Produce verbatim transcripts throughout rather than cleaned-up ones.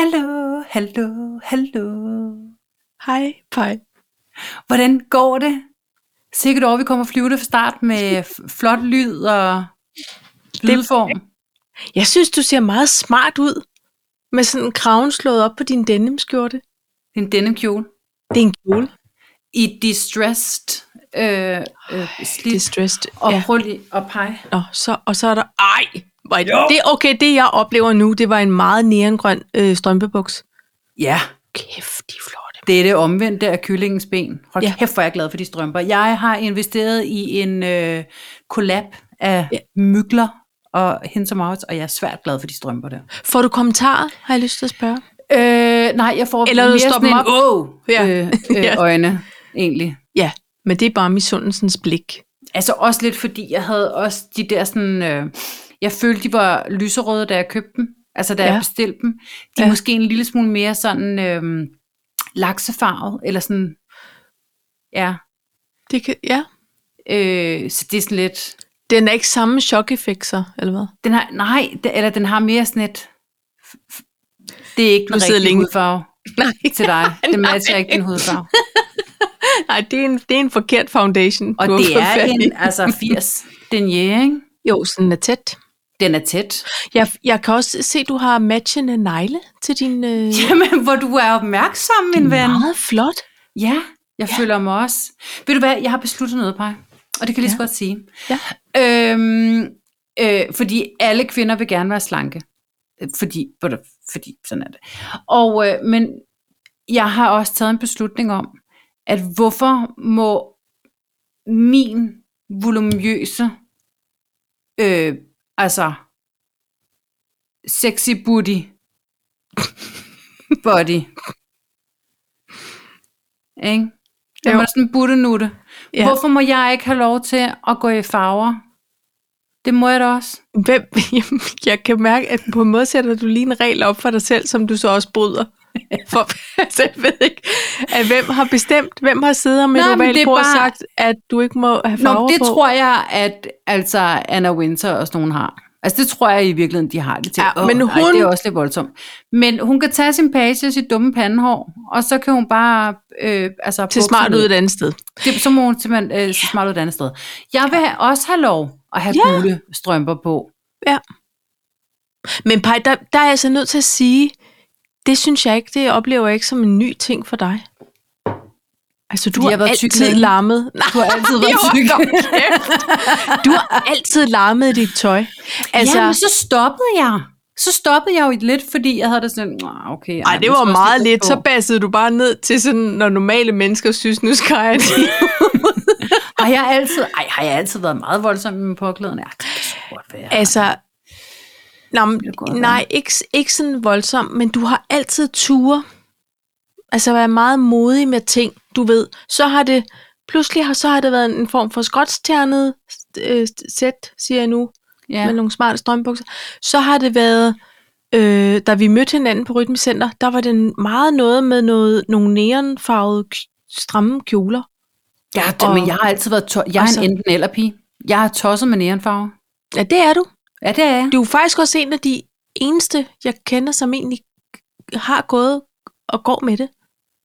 Hallo, hallo, hallo. Hej, Paj. Hvordan går det? Sikkert over, vi kommer flyvende fra start med f- flot lyd og lydform. Jeg synes, du ser meget smart ud. Med sådan en kraven slået op på din denimskjorte. Det er en denim kjole. Det er en kjole. I distressed øh, øh, slit. Distressed, Og ja. prøv lige at pege. Nå, så, og så er der... Ej! Hvor er det, det, okay, det jeg oplever nu, det var en meget neongrøn øh, strømpebuks. Ja, Kæft, de er flotte. det er det omvendte af kyllingens ben. Hold Ja. kæft, hvor er jeg glad for de strømper. Jeg har investeret i en øh, collab af Ja. mygler og Hinds og Maurits, og jeg er svært glad for de strømper der. Får du kommentarer, har jeg lyst til at spørge? Øh, nej, jeg får Eller du mere står sådan dem en op. åh Ja. øh, øh, Ja. øjne, egentlig. Ja, men det er bare misundelsens blik. Altså også lidt, fordi jeg havde også de der sådan... Øh, jeg følte, de var lyserøde, da jeg købte dem. Altså, da Ja. jeg bestilte dem. De er Ja. måske en lille smule mere sådan øh, laksefarvet, eller sådan... Ja. Det kan, ja. Øh, så det er sådan lidt... Den er ikke samme chok-effekt, så, eller hvad? Den har, nej, det, eller den har mere sådan et... Det er ikke Du den sidder rigtige længe. hudfarve Nej. til dig. Det matcher ikke din hudfarve. Nej, det er en, det er en forkert foundation. Og du har det fået er fat i. en altså firs denier, ikke? Jo, sådan er tæt. Den er tæt. Jeg, jeg kan også se, at du har matchende negle til din... Øh... Jamen, hvor du er opmærksom, min ven. Meget flot. Ja, jeg ja. føler mig også. Ved du hvad, jeg har besluttet noget, Paj. Og det kan jeg lige så Ja. godt sige. Ja. Øhm, øh, fordi alle kvinder vil gerne være slanke. Fordi, fordi sådan er det. Og, øh, men jeg har også taget en beslutning om, at hvorfor må min voluminøse, øh, altså sexy booty, body, ikke? Jeg Jo. må sådan en buttenutte. Ja. Hvorfor må jeg ikke have lov til at gå i farver? Det må jeg da også. Hvem, jamen, jeg kan mærke, at på en måde sætter du lige en regel op for dig selv, som du så også bryder. For, altså, jeg ved ikke, at hvem har bestemt, hvem har siddet med Nej, men det ovalt er bord og bare- sagt, at du ikke må have farver Nå, det på? tror jeg, at altså Anna Wintour og sådan nogen har. Altså det tror jeg i virkeligheden, de har det til. Ja, Åh, men ej, hun- det er også lidt voldsomt. Men hun kan tage sin page og sit dumme pandehår, og så kan hun bare... Øh, altså, Til bukke smart sig ud ned. et andet sted. Det, så må hun simpelthen øh, se smart ud et andet sted. Jeg vil også have lov at have Ja. gule strømper på. Ja. Men Paj, der, der er jeg altså nødt til at sige, det synes jeg ikke, det oplever jeg ikke som en ny ting for dig. Altså, du Fordi jeg har har været tyk altid længe. larmet. Nej, Du har altid været jo, tyk. hold kæft. Du har altid larmet dit tøj. Altså, Altså, ja, men så stoppede jeg. Så stoppede jeg jo lidt, fordi jeg havde det sådan, "Nå, okay. ej, det nu var skal jeg meget også lidt. på." Så bassede du bare ned til sådan, når normale mennesker synes, nu skal jeg Har jeg altid, ej, har jeg altid været meget voldsom med min påklædning? Ja, det kan så godt være. Altså, nå, men, kan godt nej, ikke, ikke sådan voldsomt, men du har altid ture. Altså, været meget modig med ting, du ved. Så har det, pludselig har, så har det været en form for skotstjernet øh, sæt, siger jeg nu, ja. med nogle smarte strømbukser. Så har det været, øh, da vi mødte hinanden på Rytmecenter, der var det meget noget med noget, nogle neonfarvede k- stramme kjoler. Ja, det, Og- men jeg har altid været to- jeg er og så- en enten eller pige. Jeg har tosset med neonfarver. Ja, det er du. Ja, det er jeg. Du er faktisk også en af de eneste, jeg kender, som egentlig har gået og går med det.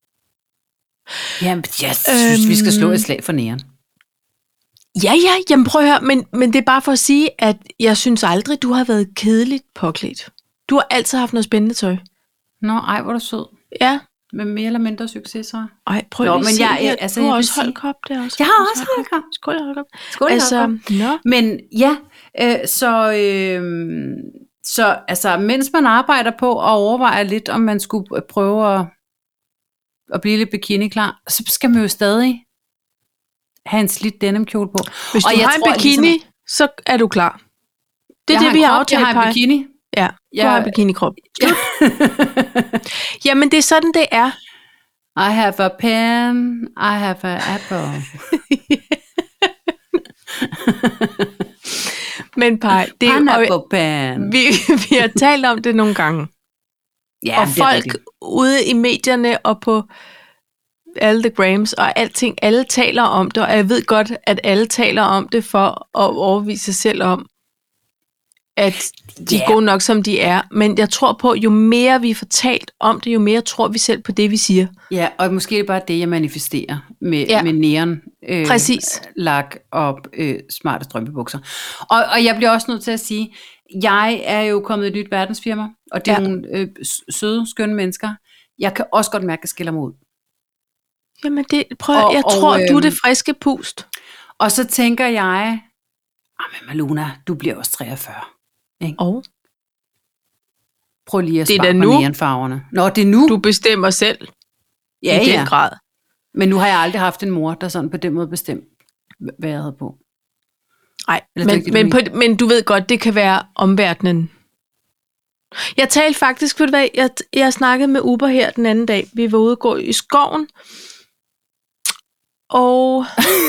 Jamen, jeg synes, øhm... vi skal slå Øhm. et slag for neon. Ja, ja, jamen prøv at høre, men, men det er bare for at sige, at jeg synes aldrig, du har været kedeligt påklædt. Du har altid haft noget spændende tøj. Nå, ej, hvor er du sød. Ja. Med mere eller mindre succes, så. Ej, prøv Nå, lige at men se jeg- her. altså, du jeg har vil også sige- holdt kop der også. Jeg har også holdt kop. Skål, holdt kop. Skål, Altså, altså, nå. Men ja, øh, så, øh, så altså, mens man arbejder på at overveje lidt, om man skulle prøve at, at blive lidt bikini-klar, så skal man jo stadig have en slidt denimkjole på. Hvis Og du jeg har en tror, bikini, ligesom- så er du klar. Det er Jeg det, har vi en har krop, aftalt, Jeg har Paj. en bikini. Ja, du Jeg- har en bikini-krop. Ja. Jamen, det er sådan, det er. I have a pen, I have a apple. Men Paj, det er, og Pineapple pen. vi, vi har talt om det nogle gange. Ja, Og det er folk rigtigt. ude i medierne og på alle the grams og alting, alle taler om det, og jeg ved godt, at alle taler om det for at overbevise sig selv om, at de Ja. er gode nok, som de er. Men jeg tror på, jo mere vi får talt om det, jo mere tror vi selv på det, vi siger. Ja, og måske er det bare det, jeg manifesterer med, Ja. med neon, øh, Præcis. lak og øh, smarte strømpebukser. Og, og jeg bliver også nødt til at sige, jeg er jo kommet i et nyt verdensfirma, og det er Ja. nogle øh, søde, skønne mennesker. Jeg kan også godt mærke, at jeg skiller mig ud. Jamen, det, prøv, Og- jeg og, tror, du er øhm, det friske pust. Og så tænker jeg, men Maluna, du bliver også treogfyrre. Og Prøv lige at Det er spare da på nu. neonfarverne. Nå, det er nu. du bestemmer selv ja, i den ja. grad. Men nu har jeg aldrig haft en mor, der sådan på den måde bestemt, hvad jeg havde på. Nej, Eller det er men, ikke det, men, du på, men du ved godt, det kan være omverdenen. Jeg talte faktisk, ved du hvad, jeg, jeg snakkede med Uber her den anden dag. Vi var ude og gå i skoven. Og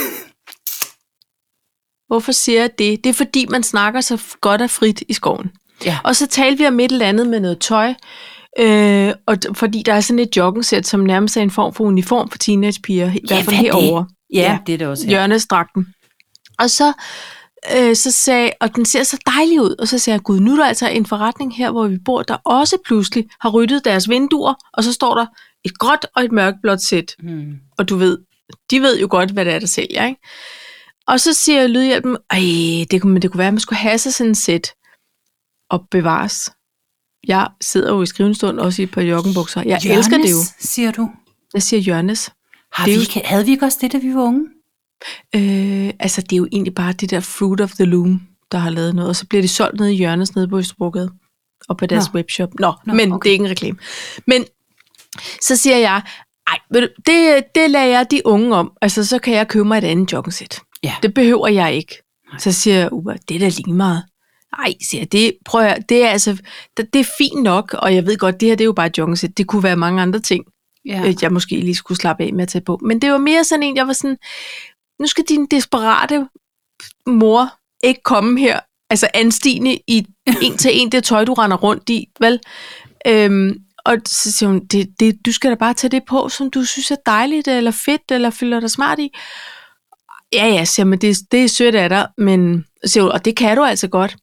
hvorfor siger jeg det? Det er fordi, man snakker så godt og frit i skoven. Ja. Og så talte vi om et eller andet med noget tøj. Øh, og d- fordi der er sådan et joggensæt, som nærmest er en form for uniform for teenagepiger. I hvert fald hvad er det? herovre. Ja, Ja. det er det også her. Hjørnesdragten. Og så, øh, så sagde og den ser så dejlig ud. Og så sagde jeg, gud, nu er der altså en forretning her, hvor vi bor, der også pludselig har ryddet deres vinduer. Og så står der et gråt og et mørkblåt sæt. Hmm. Og du ved, de ved jo godt, hvad det er, der sælger, ikke? Og så siger Lydhjælpen, ej, det kunne, det kunne være, at man skulle have sig sådan et sæt og bevares. Jeg sidder jo i skrivestund også i et par joggenbukser. Jeg Jørnes, elsker det jo. siger du. Jeg siger Jørnes. Har Det er vi jo- ikke, havde vi ikke også det, da vi var unge? Øh, altså, det er jo egentlig bare det der Fruit of the Loom, der har lavet noget. Og så bliver de solgt nede i Jørnes, nede på Østerbrogade. Og på deres Nå. webshop. Nå, Nå, men okay. det er ikke en reklame. Men så siger jeg, ej, ved du, det, det lader jeg de unge om. Altså, så kan jeg købe mig et andet joggingsæt. Ja. Det behøver jeg ikke. Så siger jeg, Uber, det er da lige meget. Ej, siger jeg, det, prøv at, høre, det er altså, det, det er fint nok, og jeg ved godt, det her det er jo bare et joggingsæt. Det kunne være mange andre ting, Ja. ja. jeg måske lige skulle slappe af med at tage på. Men det var mere sådan en, jeg var sådan, nu skal din desperate mor ikke komme her, altså anstigende i en til en det tøj, du render rundt i, vel? Øhm, og så siger hun, det, det, du skal da bare tage det på, som du synes er dejligt, eller fedt, eller føler dig smart i. Ja, ja, siger man, det, det er sødt af dig, men, siger hun, og det kan du altså godt.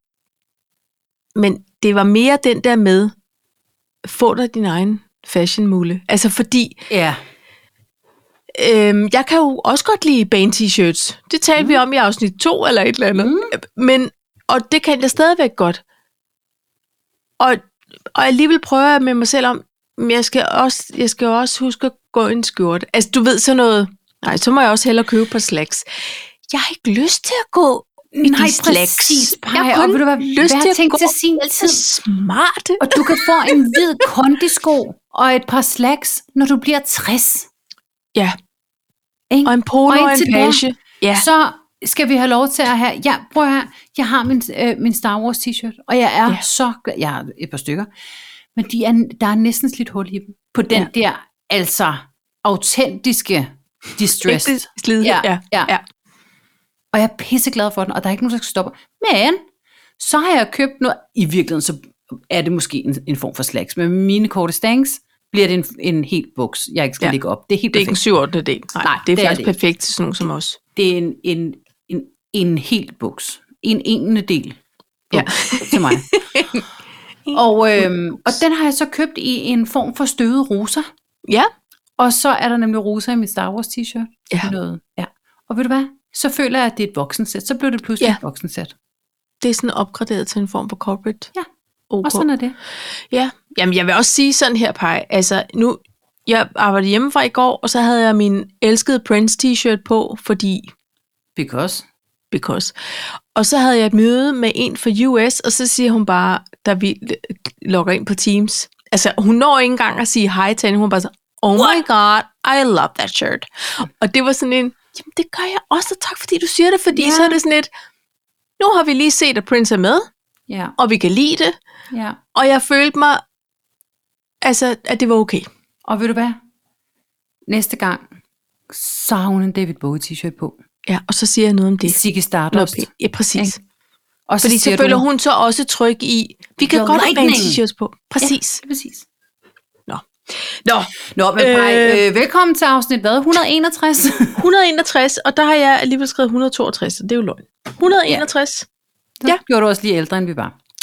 Men det var mere den der med, få dig din egen fashion-mule. Altså fordi, Ja. øhm, jeg kan jo også godt lide bane-t-shirts. Det talte mm. vi om i afsnit to eller et eller andet. Mm. Men, og det kan jeg stadigvæk godt. Og, og alligevel prøver jeg med mig selv om, men jeg skal også, jeg skal også huske at gå i en skjorte. Altså du ved sådan noget, nej, så må jeg også hellere købe på slacks. Jeg har ikke lyst til at gå i Nej, de slacks. præcis. Jeg har Paj, kun og ved du hvad, lyst hver til at ting gå til sin alt tid. så smart. Og du kan få en hvid kondisko og et par slacks, når du bliver tres. Ja, Ikke? og en polo Og og, en indtil da, page. Ja. Så skal vi have lov til at have... Ja, prøv at høre, jeg har min, øh, min Star Wars t-shirt, og jeg er Ja. så glad. Jeg har et par stykker, men de er, der er næsten slidt hul i dem. På den Ja. der, altså, autentiske distressed. Ægte slid. Ja, Ja, ja. ja. Og jeg er pisseglad for den, og der er ikke nogen, der skal stoppe. Men så har jeg købt noget, i virkeligheden så er det måske en, en form for slacks, men med mine korte stangs bliver det en, en helt buks, jeg ikke skal Ja. lægge op. Det er helt Det er ikke en perfekt. syv ottende del. Nej, Nej, det er det er faktisk det perfekt til sådan nogen som os. Det er en, en, en, en helt buks. En enende del Ja. til mig. og, øhm, og den har jeg så købt i en form for støvet rosa. Ja, Og så er der nemlig rosa i mit Star Wars t-shirt. Ja. Noget. Ja. Og ved du hvad? Så føler jeg, at det er et voksensæt. Så blev det pludselig Ja. et voksensæt. det er sådan opgraderet til en form for corporate. Ja. OK. Og sådan er det. Ja, jamen jeg vil også sige sådan her, Paj. Altså nu, jeg arbejdede hjemmefra i går, og så havde jeg min elskede Prince t-shirt på, fordi, Because. because. Og så havde jeg et møde med en fra U S, og så siger hun bare, da vi logger ind på Teams, altså hun når ikke engang at sige hej til hende, hun er bare så, oh my god, I love that shirt. Og det var sådan en, jamen det gør jeg også, og tak fordi du siger det, fordi Ja. så er det sådan et, nu har vi lige set, at Prince er med, Ja. og vi kan lide det, Ja. og jeg følte mig, altså, at det var okay. Og ved du hvad? Næste gang, så har hun en David Bowie t-shirt på. Ja, og så siger jeg noget om det. Ziggy Noget Stardust. pænt. Ja, præcis. Ikke? Og så Fordi så siger føler du, hun så også tryg i, vi kan Your godt have rent lightning. t-shirts på. Præcis. Ja, præcis. Nå. Nå, Nå, men Paj, øh, velkommen til afsnit hvad? et hundrede og enogtres. et hundrede og enogtres, og der har jeg alligevel skrevet et hundrede og toogtres, så det er jo løgn. et hundrede og enogtres. Så gjorde du også lige ældre, end vi var.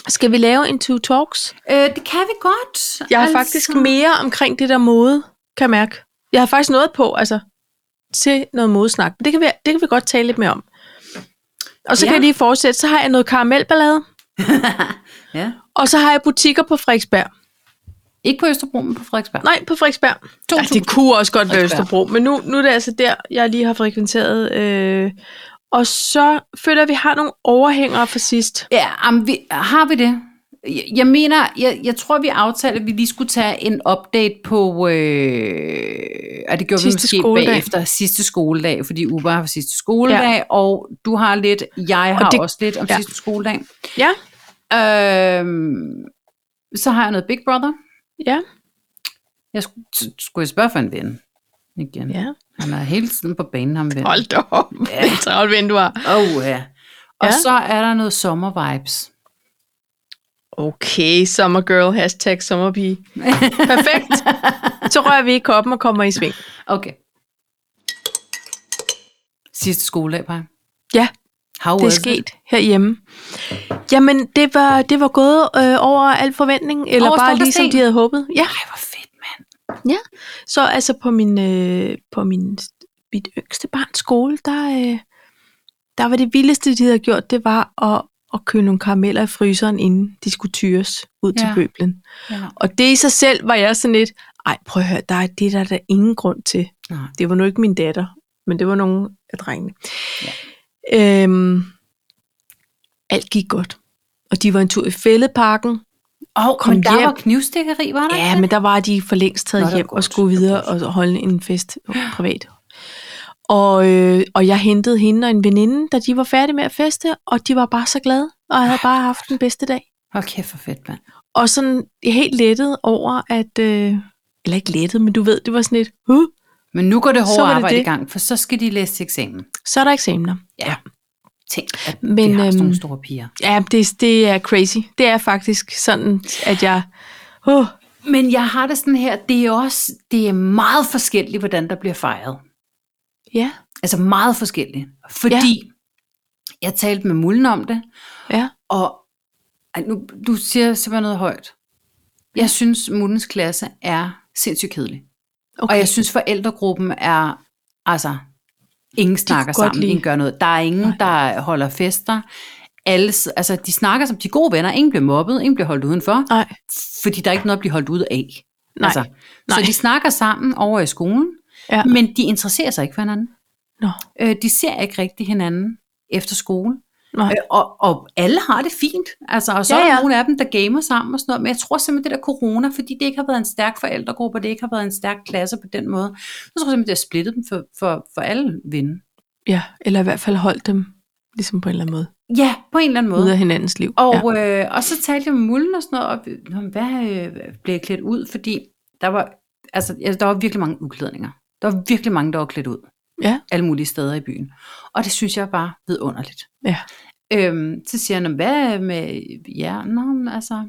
Skal vi lave en two talks? Øh, det kan vi godt. Jeg har altså... faktisk mere omkring det der mode, kan jeg mærke. Jeg har faktisk noget på, altså, til noget modesnak. Det kan vi, det kan vi godt tale lidt mere om. Og så ja. kan jeg lige fortsætte. Så har jeg noget karamelballade. ja. Og så har jeg butikker på Frederiksberg. Ikke på Østerbro, men på Frederiksberg. Nej, på Frederiksberg. Ja, det kunne også godt være Østerbro, men nu, nu er det altså der, jeg lige har frekventeret. Øh, og så føler vi har nogle overhængere for sidst. Ja, um, vi, har vi det? Jeg, jeg mener, jeg, jeg tror, vi aftalte, at vi lige skulle tage en update på, øh, og det gjorde sidste vi måske skoledag. bagefter sidste skoledag, fordi Uber har sidste skoledag, ja. og du har lidt, jeg har det, også lidt om ja. sidste skoledag. Ja. Øhm, så har jeg noget Big Brother. Ja. Jeg skulle, skulle jeg spørge for en ven igen. Ja. Han er hele tiden på banen, ham ven. Hold da op. Ja. Det er travlt ven, du har. Oh, ja. Og ja. så er der noget sommer-vibes. Okay, summer girl, hashtag sommerpige. Perfekt. Så rører vi i koppen og kommer i sving. Okay. Sidste skoledag, Paj. Ja, How det er sket it? herhjemme. Jamen, det var, det var gået øh, over al forventning, eller over bare lige som de havde håbet. Ja. Ej, hvor fedt, mand. Ja, så altså på min, øh, på min mit yngste barns skole, der, øh, der var det vildeste, de havde gjort, det var at, at købe nogle karameller i fryseren, inden de skulle tyres ud ja. til pøblen. Ja. Og det i sig selv var jeg sådan lidt, ej, prøv at høre, der er det der, der er ingen grund til. Nej. Det var nu ikke min datter, men det var nogle af drengene. Ja. Øhm, alt gik godt. Og de var en tur i Fælledparken. Åh, oh, men der hjem. var knivstikkeri, var der? Ja, ikke? Men der var de for længst taget hjem og skulle videre og holde en fest privat. Og, øh, og jeg hentede hende og en veninde, da de var færdige med at feste, og de var bare så glade, og havde bare haft den bedste dag. Okay, for fedt, mand. Og sådan helt lettet over, at... Øh, eller ikke lettet, men du ved, det var sådan et... Uh, men nu går det hårde arbejde det. i gang, for så skal de læse til eksamen. Så er der eksamener. Ja. Tænk, at men, de har sådan nogle store piger. Ja, det, det er crazy. Det er faktisk sådan, at jeg... Uh. Men jeg har det sådan her, det er også det er meget forskelligt, hvordan der bliver fejret. Ja. Altså meget forskelligt. Fordi ja. jeg talte med Mullen om det, ja. og ej, nu, du siger simpelthen noget højt. Jeg synes, Mullens klasse er sindssygt kedelig. Okay. Og jeg synes, forældregruppen er, altså, ingen snakker sammen, ingen gør noget. Der er ingen, Nej. der holder fester. Alle, altså, de snakker som de gode venner. Ingen bliver mobbet, ingen bliver holdt udenfor. Nej. Fordi der er ikke noget at blive holdt ud af. Nej. Altså, Nej. Så de snakker sammen over i skolen, ja. men de interesserer sig ikke for hinanden. No. Øh, de ser ikke rigtig hinanden efter skole. Øh, og, og alle har det fint. Altså, og så ja, ja. er der nogle af dem, der gamer sammen og sådan noget. Men jeg tror simpelthen, det der corona, fordi det ikke har været en stærk forældregruppe, og det ikke har været en stærk klasse på den måde, så tror jeg simpelthen, det har splittet dem for, for, for alle vinde. Ja, eller i hvert fald holdt dem ligesom på en eller anden måde. Ja, på en eller anden måde. Ud af hinandens liv. Og, ja. øh, og så talte jeg med Mullen og sådan noget, og hvad øh, blev jeg klædt ud? Fordi der var, altså, der var virkelig mange udklædninger. Der var virkelig mange, der var klædt ud. Ja. Alle mulige steder i byen. Og det synes jeg var vidunderligt. Ja. Øhm, så siger han, hvad med ja, nå, altså,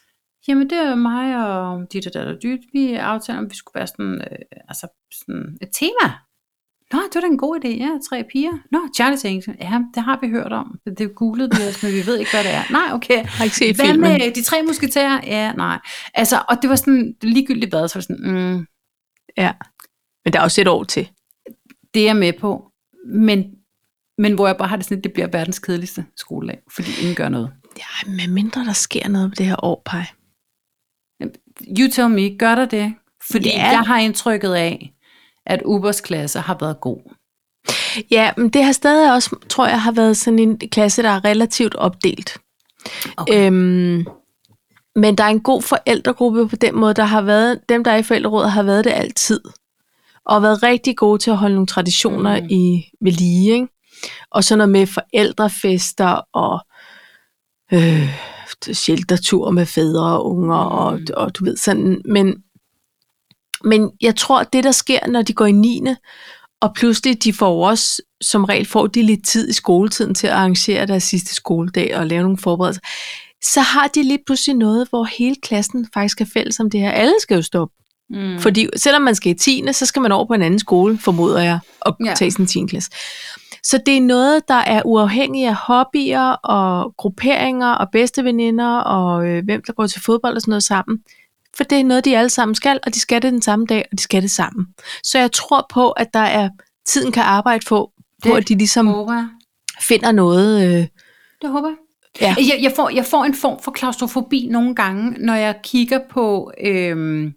jamen det er mig og dit og dat og dyt, vi aftaler, om vi skulle være sådan, øh, altså sådan et tema. Nå, det var da en god idé, ja, tre piger. Nå, Charlie tænkte, ja, det har vi hørt om, det er googlet vi os, men vi ved ikke, hvad det er. Nej, okay. Har ikke set hvad filmen. med de tre musketerer? Ja, nej. Altså, og det var sådan, ligegyldigt hvad, så var sådan, mm. Ja, men der er også et år til. Det er jeg med på, men Men hvor jeg bare har det sådan, at det bliver verdens kedeligste skoledag, fordi ingen gør noget. Ja, med mindre der sker noget på det her år, Paj. You tell me, gør der det? Fordi ja. jeg har indtrykket af, at Ubers klasse har været god. Ja, men det har stadig også, tror jeg, har været sådan en klasse, der er relativt opdelt. Okay. Øhm, men der er en god forældregruppe på den måde, der har været, dem der er i forældrerådet har været det altid. Og været rigtig gode til at holde nogle traditioner mm. i ved lige, ikke? Og sådan noget med forældrefester og øh, sheltertur med fædre og unger mm. og, og du ved sådan. Men, men jeg tror, at det der sker, når de går i niende og pludselig de får også, som regel får de lidt tid i skoletiden til at arrangere deres sidste skoledag og lave nogle forberedelser, så har de lige pludselig noget, hvor hele klassen faktisk er fælles om det her. Alle skal jo stoppe. Mm. Fordi selvom man skal i tiende, så skal man over på en anden skole, formoder jeg, og ja. tage sin tiende klasse. Så det er noget, der er uafhængigt af hobbyer og grupperinger og bedste veninder og øh, hvem der går til fodbold og sådan noget sammen. For det er noget, de alle sammen skal, og de skal det den samme dag, og de skal det sammen. Så jeg tror på, at der er tiden kan arbejde på, på at de ligesom håber. finder noget. Øh, Det håber jeg. Ja. Jeg, jeg, får, jeg får en form for klaustrofobi nogle gange, når jeg kigger på, øhm,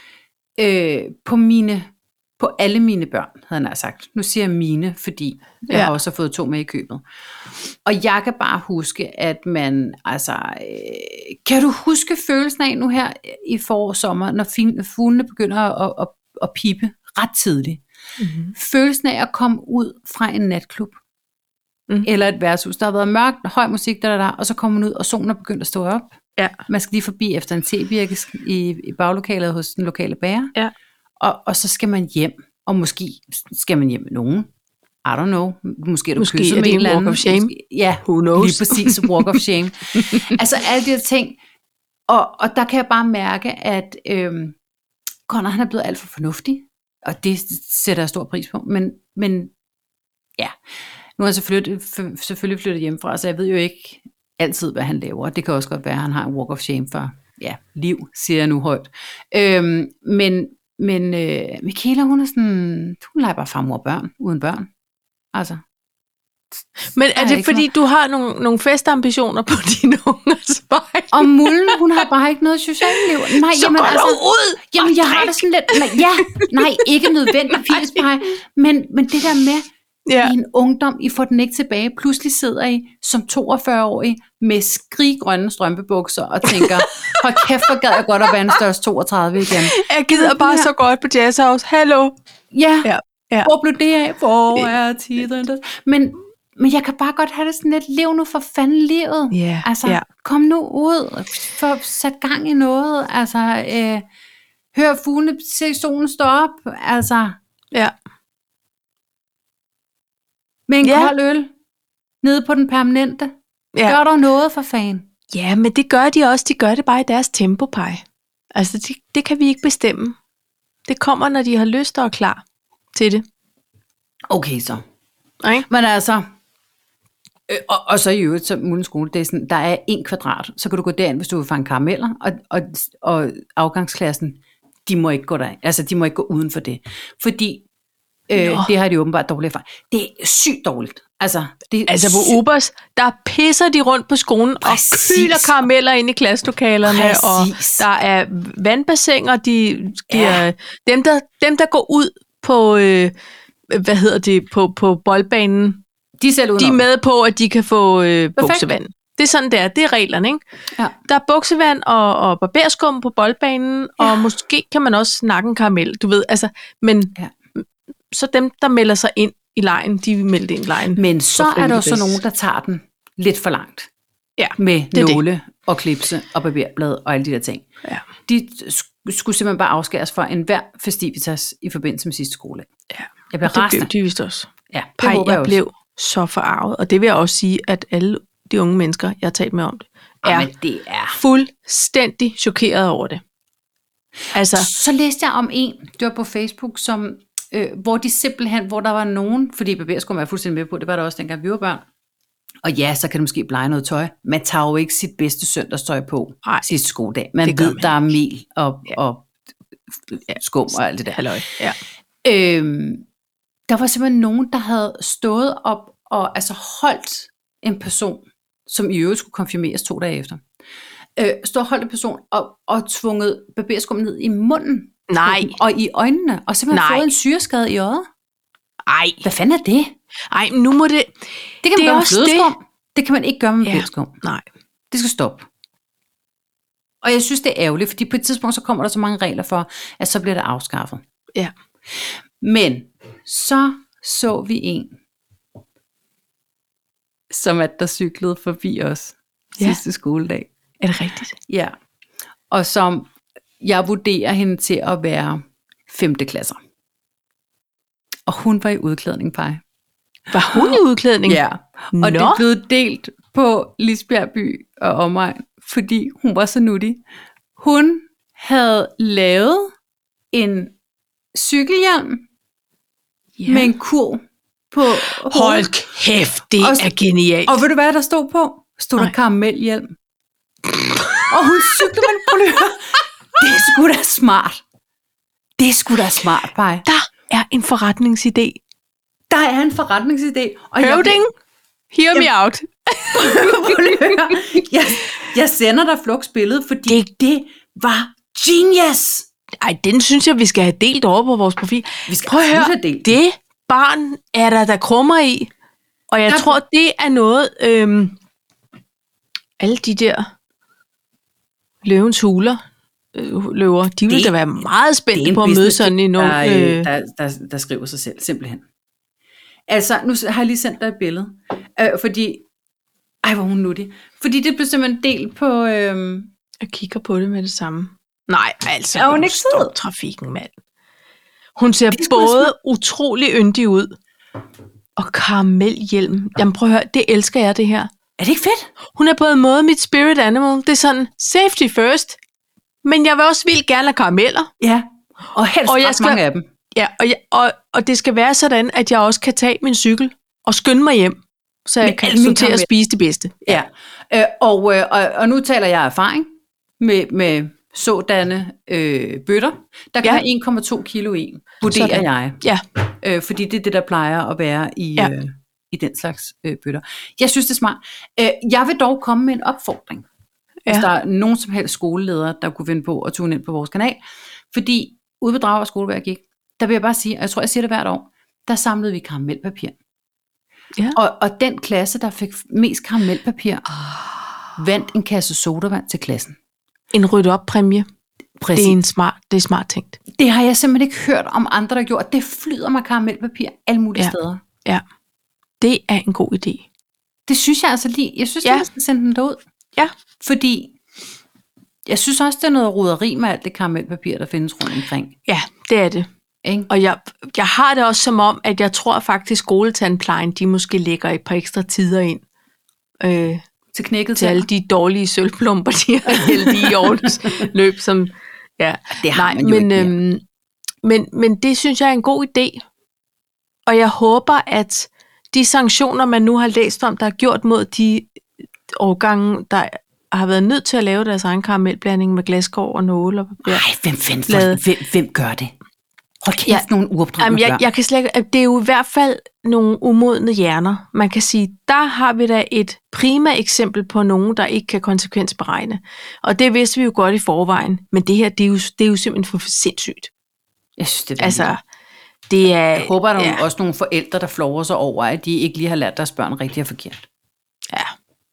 øh, på mine, på alle mine børn, havde jeg sagt. Nu siger jeg mine, fordi jeg Ja. har også fået to med i købet. Og jeg kan bare huske, at man, altså, øh, kan du huske følelsen af nu her i forår sommer, når fin- fuglene begynder at, at, at pippe ret tidligt? Mm-hmm. Følelsen af at komme ud fra en natklub, Mm. eller et værtshus. Der har været mørkt, høj musik, der, der, der, og så kommer man ud, og solen er begyndt at stå op. Ja. Man skal lige forbi efter en tebirke i, i baglokalet hos den lokale bager. Ja. Og, og så skal man hjem, og måske skal man hjem med nogen. I don't know. Måske er du Måske kysset er med det en en eller walk anden. of shame. Måske, ja, Who knows? lige præcis, walk of shame. Altså alle de her ting. Og, og der kan jeg bare mærke, at øhm, Conrad, han er blevet alt for fornuftig, og det sætter jeg stor pris på. Men, men ja, nu er han selvfølgelig, selvfølgelig flyttet hjemmefra, så jeg ved jo ikke altid, hvad han laver. Det kan også godt være, at han har en walk of shame for ja, liv, siger jeg nu højt. Øhm, men men øh, Michaela, hun er sådan, hun leger bare far, mor og børn, uden børn. Altså. Men er Der er det ikke fordi, noget. du har nogle, nogle festambitioner på dine ungers vej? Og Mullen, hun har bare ikke noget socialt liv. Nej, Så jamen, går altså, du ud Jamen, og jeg har drik. det sådan lidt, nej, ja, nej, ikke nødvendigvis, bare, men, men det der med, Ja. i en ungdom, I får den ikke tilbage. Pludselig sidder I som toogfyrre-årig med skriggrønne strømpebukser og tænker, hold kæft, hvor gad jeg godt at være en størrelse toogtredive igen. Jeg gider bare så godt på Jazz House. Hallo. Ja, Ja. Ja. hvor blev det af? Hvor er tiden? Men, men jeg kan bare godt have det sådan lidt, lev nu for fanden livet. Ja, Altså, ja. kom nu ud, få sat gang i noget. Altså, øh, hør fuglene, se solen stå op. Altså, Ja. med en Ja. kold øl, nede på den permanente. Ja. Gør dog noget for fanden. Ja, men det gør de også. De gør det bare i deres tempo, Paj. Altså, det, det kan vi ikke bestemme. Det kommer, når de har lyst og er klar til det. Okay, så. Okay? Men altså, øh, og, og så i øvrigt, så Mullens skole, det er sådan, der er en kvadrat, så kan du gå derind, hvis du vil fange karameller, og, og, og afgangsklassen, de må ikke gå der, altså de må ikke gå uden for det. Fordi, øh, Nå. det har de åbenbart dårligt erfaring. Det er sygt dårligt. Altså, det er Altså på sygt- Ubers, der pisser de rundt på skolen Præcis. og kyler karameller ind i klasselokalerne. Præcis. Og der er vandbassiner, de giver, Ja. dem, der, dem der går ud på, øh, hvad hedder det, på, på boldbanen, de er selv de er udenom. med på, at de kan få øh, buksevand. Det er sådan der, det er reglerne, ikke? Ja. Der er buksevand og, og barberskum på boldbanen, ja. Og måske kan man også snakke en karamel, du ved, altså, men Ja. så dem, der melder sig ind i lejen, de vil melde ind i lejen. Men så er der frivillig jo så basis. nogen, der tager den lidt for langt. Ja, Med det er nåle og klipse og barberblad og alle de der ting. Ja. De sk- skulle simpelthen bare afskæres for enhver festivitas i forbindelse med sidste skole. Ja. Jeg bliver Og det rasende. blev de vist også. Ja, det Pej, håber jeg, jeg også. blev så forarvet, og det vil jeg også sige, at alle de unge mennesker, jeg har talt med om det, er Jamen, det er... fuldstændig chokeret over det. Altså, Så læste jeg om en, det var på Facebook, som, øh, hvor de simpelthen, hvor der var nogen, fordi barberskolen var jeg fuldstændig med på, det var der også dengang vi var børn. Og ja, så kan det måske blege noget tøj. Man tager jo ikke sit bedste søndagstøj på Ej, sidste skoledag. Man det gør ved, man der er mel og, Ja. og skum og alt det der. halløj. Ja. Øhm, der var simpelthen nogen, der havde stået op og altså holdt en person, som i øvrigt skulle konfirmeres to dage efter. Øh, stod og holdt en person og, og tvunget barberskum ned i munden. Nej. Og i øjnene. Og simpelthen Nej. fået en syreskade i øjet. Ej, Hvad fanden er det? ej, men nu må det... Det kan man Det er gøre med også flødeskum. Det kan man ikke gøre med Ja. barberskum. Nej. Det skal stoppe. Og jeg synes, det er ærgerligt, fordi på et tidspunkt, så kommer der så mange regler for, at så bliver det afskaffet. Ja. Men så så vi en, som at der cyklede forbi os Ja. sidste skoledag. Er det rigtigt? Ja. Og som jeg vurderer hende til at være femte klasser. Og hun var i udklædning, Paj. Var hun i udklædning? Ja. Og Nå. det blev delt på Lisbjerg by og omegn, fordi hun var så nuttig. Hun havde lavet en cykelhjelm Ja. med en kurv på Hold hovedet. kæft, det Og- er genialt. Og ved du hvad der stod på? Stod der Nej. karamelhjelm. Og hun cykler med en polør. Det er sgu da smart. Det er sgu da smart, Paj. Der er en forretningsidé. Der er en forretningsidé. Og jeg- Høvding, hear me out. jeg, jeg sender dig Flux billede, fordi det, det var genius. Ej, den synes jeg, vi skal have delt over på vores profil. Vi skal Prøv at absolut høre, have delt. det barn er der, der krummer i. Og jeg Der- tror, det er noget, øhm, alle de der løvens huler, øh, løver, de vil Det- da være meget Det er spændte en på at møde business, sådan en ung... der, Øh, øh, der, der, der skriver sig selv, simpelthen. Altså, nu har jeg lige sendt dig et billede. Øh, fordi, ej hvor er hun nuttig. Fordi det blev simpelthen delt på, øh, jeg kigger på det med det samme. Nej, altså, Er hun nu ikke stop sød? trafikken, mand. Hun ser Det er sgu da både utrolig yndig ud, og karamelhjelm. Jamen prøv at høre, det elsker jeg, det her. er det ikke fedt? Hun er på en måde mit spirit animal. Det er sådan, safety first. Men jeg vil også vildt gerne have karameller. Ja, og helst Og og jeg ret skal- mange af dem. Ja, og, jeg, og, og det skal være sådan, at jeg også kan tage min cykel og skynde mig hjem, så jeg Med kan alle mine sortere og karameller. spise det bedste. Ja, øh, og, øh, og, og nu taler jeg af erfaring med, med sådanne øh, bøtter. Der kan Ja. være en komma to kilo i, vurderer Sådan. jeg. Ja, Øh, fordi det er det, der plejer at være i, Ja. ja. øh, i den slags øh, bøtter. Jeg synes, det er smart. Øh, jeg vil dog komme med en opfordring. Ja. Hvis Ja. der er nogen som helst skoleledere, der kunne finde på at tune ind på vores kanal. Fordi ude på Dragør skole, hvor jeg gik, der vil jeg bare sige, og jeg tror, jeg siger det hvert år, der samlede vi karamelpapir. Ja. Og, og den klasse, der fik mest karamelpapir, vandt en kasse sodavand til klassen. en rydde op præmie. Præcis. Det er en smart, det er smart tænkt. Det har jeg simpelthen ikke hørt om andre, der gjorde. Det flyder med karamelpapir alle mulige Ja. ja. steder. Ja, det er en god idé. Det synes jeg altså lige. Jeg synes, Ja. ja. man skal sende den derud. Ja. Fordi jeg synes også, det er noget roderi med alt det karamelpapir, der findes rundt omkring. Ja, det er det. Ikke? Og jeg, jeg har det også som om, at jeg tror faktisk, skoletandplejen, de måske lægger et par ekstra tider ind øh, Til knækket til alle de dårlige sølvplumper, de har hældt i årets løb. Som, ja. Det har Nej, man jo men, ikke mere. øhm, men, men det synes jeg er en god idé. Og jeg håber, at de sanktioner, man nu har læst om, der er gjort mod de årgange, der har været nødt til at lave deres egen karamelblanding med glasskår og nåle og papir. Ej, hvem, fanden, Flade. hvem, hvem gør det? Hold kæft, Ja. ja. nogle uopdragende Jamen, jeg, børn. jeg kan slet ikke, det er jo i hvert fald nogle umodne hjerner. Man kan sige, der har vi da et prima eksempel på nogen, der ikke kan konsekvensberegne. Og det vidste vi jo godt i forvejen. Men det her, det er jo, det er jo simpelthen for sindssygt. Jeg synes, det er Altså, vanvittigt. det er... Jeg håber, at der ja, er også nogle forældre, der flover sig over, at de ikke lige har lært deres børn rigtigt og forkert. ja.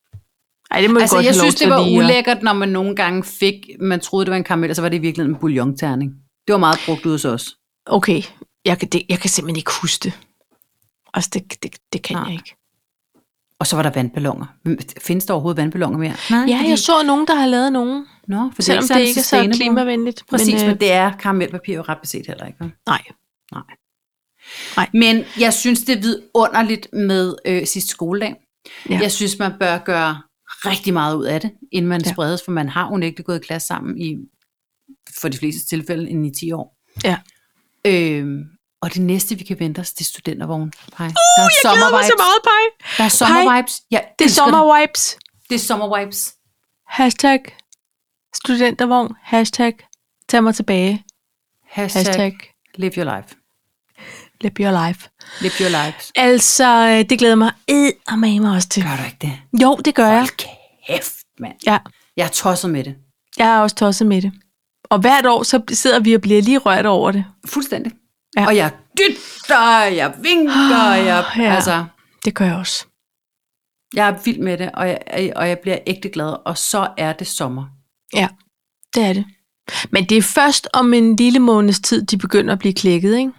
Ej, det må Altså, godt jeg have lov synes, til det var lige at- ulækkert, når man nogle gange fik, man troede, det var en karamel, og så var det i virkeligheden en bouillonterning. Det var meget brugt ud hos os. Okay, jeg kan, det, jeg kan simpelthen ikke huske det. Altså, det, det, det kan Nej. jeg ikke. Og så var der vandballoner. Men findes der overhovedet vandballoner mere? Nej, Ja, jeg så nogen, der har lavet nogen, Nå, for selvom det er det ikke, ikke er så sustainable. klimavenligt. Præcis, men, men, men øh, det er karamelpapir jo ret beset heller ikke. Vel? nej. Nej. Nej. Men jeg synes, det er vidunderligt med øh, sidste skoledag. Ja. Ja. Jeg synes, man bør gøre rigtig meget ud af det, inden man Ja. ja. spredes, for man har unægteligt gået i klasse sammen i, for de fleste tilfælde, end i ti år. Ja. Øhm, og det næste, vi kan vente os, det er studentervogn. Uh, der er Jeg glæder mig så meget, Paj. Der er sommervibes. Ja, Det er sommerwipes. Det er sommervibes. Hashtag studentervogn. Hashtag tag mig tilbage. Hashtag, Hashtag live your life. live your life. Live your lives. Altså, øh, det glæder mig eddermame også til. Gør du ikke det? Jo, det gør jeg. Hold kæft, mand. Ja, Jeg er tosset med det. jeg er også tosset med det. Og hvert år, så sidder vi og bliver lige rørt over det. Fuldstændig. Ja. Ja. Og jeg dytter, jeg vinker, jeg, Ja. altså, Det gør jeg også. jeg er vild med det, og jeg, og jeg bliver ægte glad, og så er det sommer. Ja, det er det. Men det er først om en lille måneds tid, de begynder at blive klækket, ikke?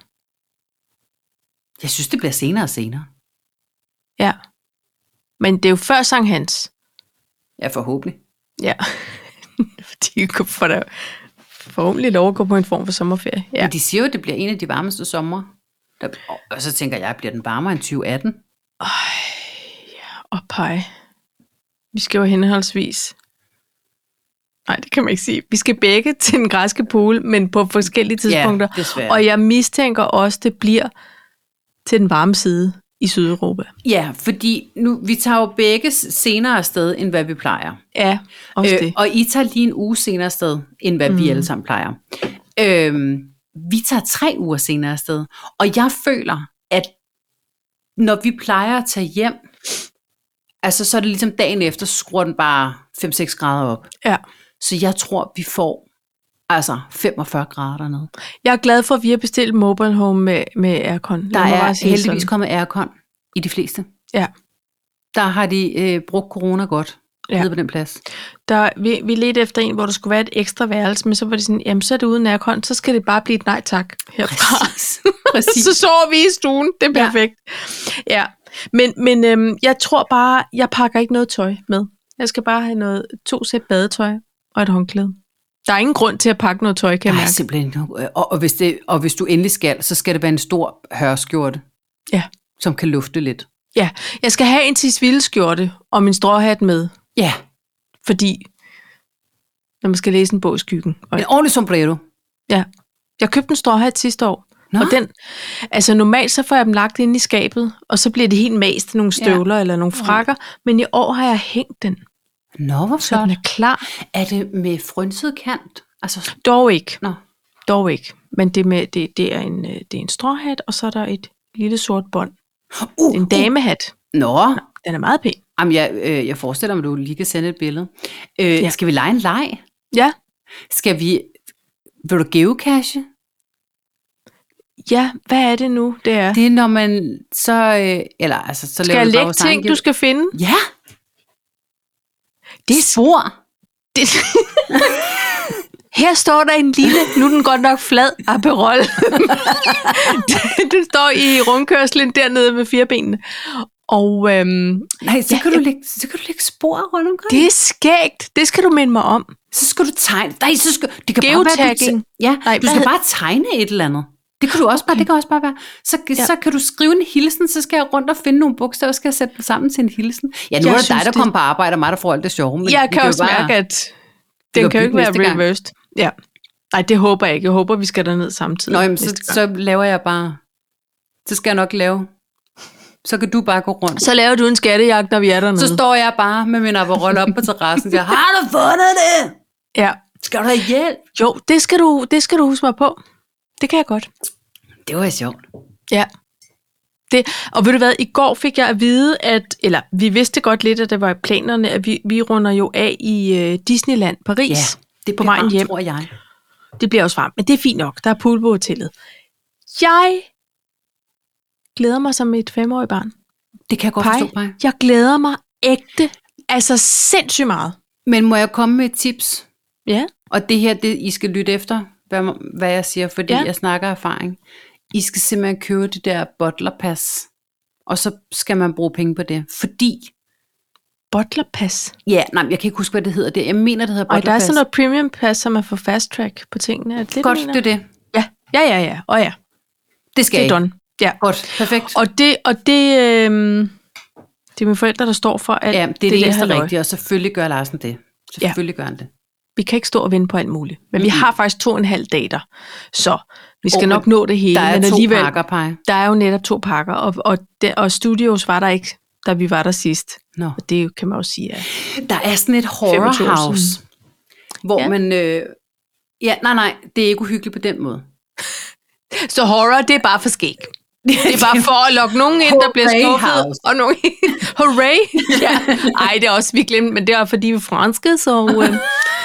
Jeg synes, det bliver senere og senere. Ja. Men det er jo før Sankt Hans. Ja, forhåbentlig. Ja. Fordi de får da forhåbentlig lov at gå på en form for sommerferie. Ja. Ja. Men de siger jo, at det bliver en af de varmeste sommer. Der, og så tænker jeg, bliver den varmere end tyve atten? Og pej. Vi skal jo henholdsvis... Nej, det kan man ikke sige. Vi skal begge til den græske pool, men på forskellige tidspunkter. Ja, desværre. Og jeg mistænker også, det bliver til den varme side. i Sydeuropa. Ja, fordi nu, vi tager jo begge senere afsted, end hvad vi plejer. Ja, også øh, det. Og I tager lige en uge senere afsted, end hvad mm. vi alle sammen plejer. Øhm, vi tager tre uger senere afsted. Og jeg føler, at når vi plejer at tage hjem, altså så er det ligesom dagen efter, så skruer den bare fem seks grader op. Ja. Så jeg tror, vi får altså femogfyrre grader dernede. Jeg er glad for, at vi har bestilt mobile home med, med aircon. Der er heldigvis sådan. kommet aircon i de fleste. Ja. Der har de øh, brugt corona godt. Ja. Nede på den plads. Der, vi, vi ledte efter en, hvor der skulle være et ekstra værelse, men så var det sådan, jamen så er det uden aircon, så skal det bare blive et nej tak herfra. Præcis. Præcis. Så sover vi i stuen, det er perfekt. Ja, ja. Men, men øhm, jeg tror bare, jeg pakker ikke noget tøj med. Jeg skal bare have noget, to sæt badetøj og et håndklæde. Der er ingen grund til at pakke noget tøj, kan jeg mærke. Nej, simpelthen. Og, og, hvis det, og hvis du endelig skal, så skal det være en stor hørskjorte, ja. Som kan lufte lidt. Ja, jeg skal have en tisvildeskjorte og min stråhat med. Ja. Fordi, når man skal læse en bog i skyggen. Og en ordentlig sombrero. Ja. Jeg købte en stråhat sidste år. Nå. Og den, altså normalt så får jeg dem lagt ind i skabet, og så bliver det helt mast nogle støvler ja. Eller nogle frakker. Men i år har jeg hængt den. Nå, hvor så den er klar. Er det med frynset kant? Altså... Dog ikke. Nå. Dog ikke. Men det, med, det, det, er en, det er en stråhat, og så er der et lille sort bånd. Uh, en damehat. Uh. Nå. Nå. Den er meget pæn. Jamen, jeg, øh, jeg forestiller mig, at du lige kan sende et billede. Øh, ja. Skal vi lege en leg? Ja. Skal vi... Vil du geocache? Ja, hvad er det nu, det er? Det er, når man så... Øh, eller, altså, så skal jeg lægge ting, du skal finde? Ja. Det er spor. Det... Her står der en lille, nu er den godt nok flad, Aperol. Den står i rundkørslen dernede med fire benene. Og, øhm, Nej, så, ja, kan du lægge, så kan du lægge spor rundt omkring. Det er skægt. Det skal du minde mig om. Så skal du tegne. Nej, så skal, det kan Geotagging. Bare være, du, ja, Nej, du skal bare tegne et eller andet. Det kan du også okay. bare, det kan også bare være. Så, ja. så kan du skrive en hilsen, så skal jeg rundt og finde nogle bogstaver, og skal jeg sætte dem sammen til en hilsen. Ja, nu jeg er det dig, der det... kommer på arbejde, og mig, der får alt det sjove. Men jeg kan også bare, mærke, at den kan jo ikke være reversed. Ja. Nej, det håber jeg ikke. Jeg håber, vi skal derned samtidig. Nå, jamen, så, så laver jeg bare... Så skal jeg nok lave... Så kan du bare gå rundt. Så laver du en skattejagt, når vi er dernede. Så står jeg bare med min Aperol op på terrassen og siger, har du fundet det? Ja. Skal du have hjælp? Jo, det skal du, det skal du huske mig på. Det kan jeg godt. Det var sjovt. Ja. Det, og ved du hvad, i går fik jeg at vide, at, eller vi vidste godt lidt, at det var i planerne, at vi, vi runder jo af i uh, Disneyland Paris. Ja, det på vejen hjem, tror jeg. Det bliver også varmt, men det er fint nok. Der er pool på hotellet. Jeg glæder mig som et femårigt barn. Det kan jeg godt Pej, forstå, Paj. Jeg glæder mig ægte, altså sindssygt meget. Men må jeg komme med et tips? Ja. Og det her, det, I skal lytte efter, hvad, hvad jeg siger, fordi ja. jeg snakker erfaring. I skal simpelthen købe det der butlerpas, og så skal man bruge penge på det, fordi... Butlerpas? Ja, nej, jeg kan ikke huske, hvad det hedder. Det. Jeg mener, det hedder butlerpas. Og der er sådan noget premium pass, som er for fast track på tingene. Er det det, godt, det er det. Ja, ja, ja, ja. Og ja. Det skal det er done. Ja. Godt, perfekt. Og det, og det, øhm, det er mine forældre, der står for alt. Ja, det er det, det eneste rigtige, og selvfølgelig gør Larsen det. Selvfølgelig ja. gør han det. Vi kan ikke stå og vente på alt muligt. Men mm-hmm. vi har faktisk to og en halv dag der. Så vi skal oh, nok nå det hele. Der er men to pakker, Paj. Der er jo netop to pakker. Og, og, de, og studios var der ikke, da vi var der sidst. No. Og det kan man jo sige. Ja. Der er sådan et horror house, hvor ja. man... Øh, ja, nej, nej, det er ikke uhyggeligt på den måde. Så horror, det er bare for skæg. Det er bare for at lokke nogen ind, der bliver skuffet. Og nogen... Hooray! Ja. Ej, det er også, vi glemte, men det er fordi vi er franske, så... Øh,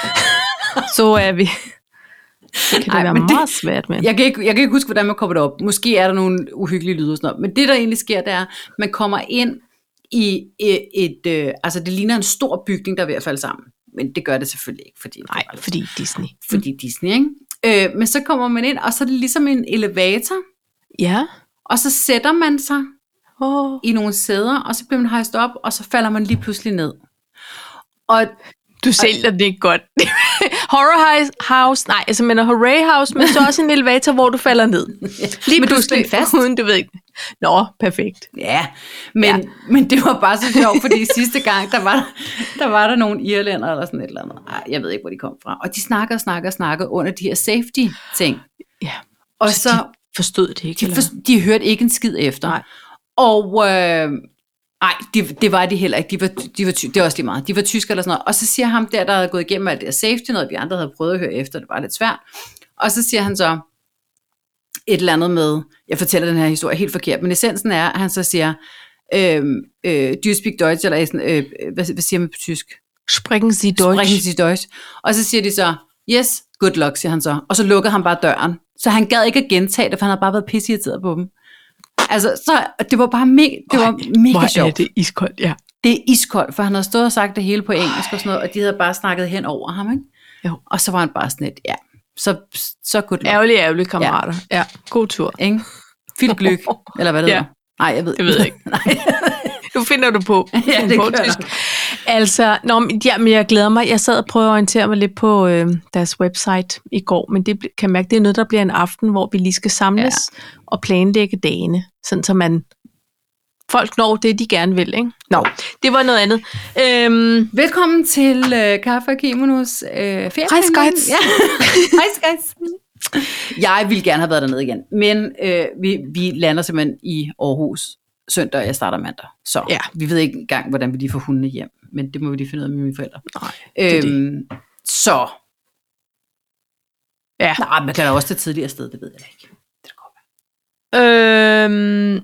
så er vi... Det kan det Ej, være meget det, svært med. Jeg kan, ikke, jeg kan ikke huske, hvordan man kommer derop. Måske er der nogle uhyggelige lyde og sådan noget. Men det, der egentlig sker, det er, at man kommer ind i et... et øh, altså, det ligner en stor bygning, der er ved at falde sammen. Men det gør det selvfølgelig ikke. Fordi, Nej, fordi Disney. Fordi mm. Disney, ikke? Øh, men så kommer man ind, og så er det ligesom en elevator. Ja. Og så sætter man sig oh. i nogle sæder, og så bliver man hejst op, og så falder man lige pludselig ned. Og du sælger det ikke godt. Horror house, nej, altså men hooray house, men så også en elevator, hvor du falder ned. Lige men pludselig du fast. Uden, du ved ikke. Nå, perfekt. Ja, men, ja. men det var bare så sjovt, fordi sidste gang, der var, der var der nogle irlænder eller sådan et eller andet. Ej, jeg ved ikke, hvor de kom fra. Og de snakker og snakker og snakker under de her safety-ting. Ja, og så, så de forstod det ikke. De, for, de hørte ikke en skid efter. Nej. Og øh, nej, det, det var de heller ikke. De var, de var, det var også lige meget. De var tyskere eller sådan noget. Og så siger ham der, der havde gået igennem alt det her safety, noget vi andre havde prøvet at høre efter, det var lidt svært. Og så siger han så et eller andet med, jeg fortæller den her historie helt forkert, men essensen er, at han så siger, øh, øh, do you speak Deutsch, eller sådan, øh, hvad, hvad siger man på tysk? Sprechen Sie Deutsch. Sprechen Sie Deutsch. Og så siger de så, yes, good luck, siger han så. Og så lukkede han bare døren. Så han gad ikke at gentage det, for han havde bare været pisseirriteret på dem. Altså, så det var bare mega, det var Ej, mega hvor sjovt. er det iskoldt, ja. Det er iskoldt, for han havde stået og sagt det hele på engelsk og sådan noget, og de havde bare snakket hen over ham, ikke? Jo. Og så var han bare sådan et, ja, så, så good luck. Ærgerlige, ærgerlige kammerater. Ja, ja. God tur. Ikke? Viel Glück, eller hvad det Ja. hedder. Nej, jeg ved Det ved jeg ikke. Nej. Nu finder du på. Ja, det på gør tysk. Altså, nå, men, ja, men jeg glæder mig. Jeg sad og prøvede at orientere mig lidt på øh, deres website i går, men det kan jeg mærke, det er noget, der bliver en aften, hvor vi lige skal samles ja. og planlægge dagene, sådan så man folk når det, de gerne vil, ikke? Nå, det var noget andet. Øhm, Velkommen til øh, Kaffe og Kimonos øh, ferie. Hej, Skites. Ja. Hej, Skites. Jeg ville gerne have været dernede igen, men øh, vi, vi lander simpelthen i Aarhus søndag, og jeg starter mandag. Så Ja. vi ved ikke engang, hvordan vi lige får hundene hjem, men det må vi lige finde ud af med mine forældre. nej, det er det. Øhm, så. Ja. Nej, man kan da også tage tidligere sted, det ved jeg ikke. Det kan godt være. Øhm,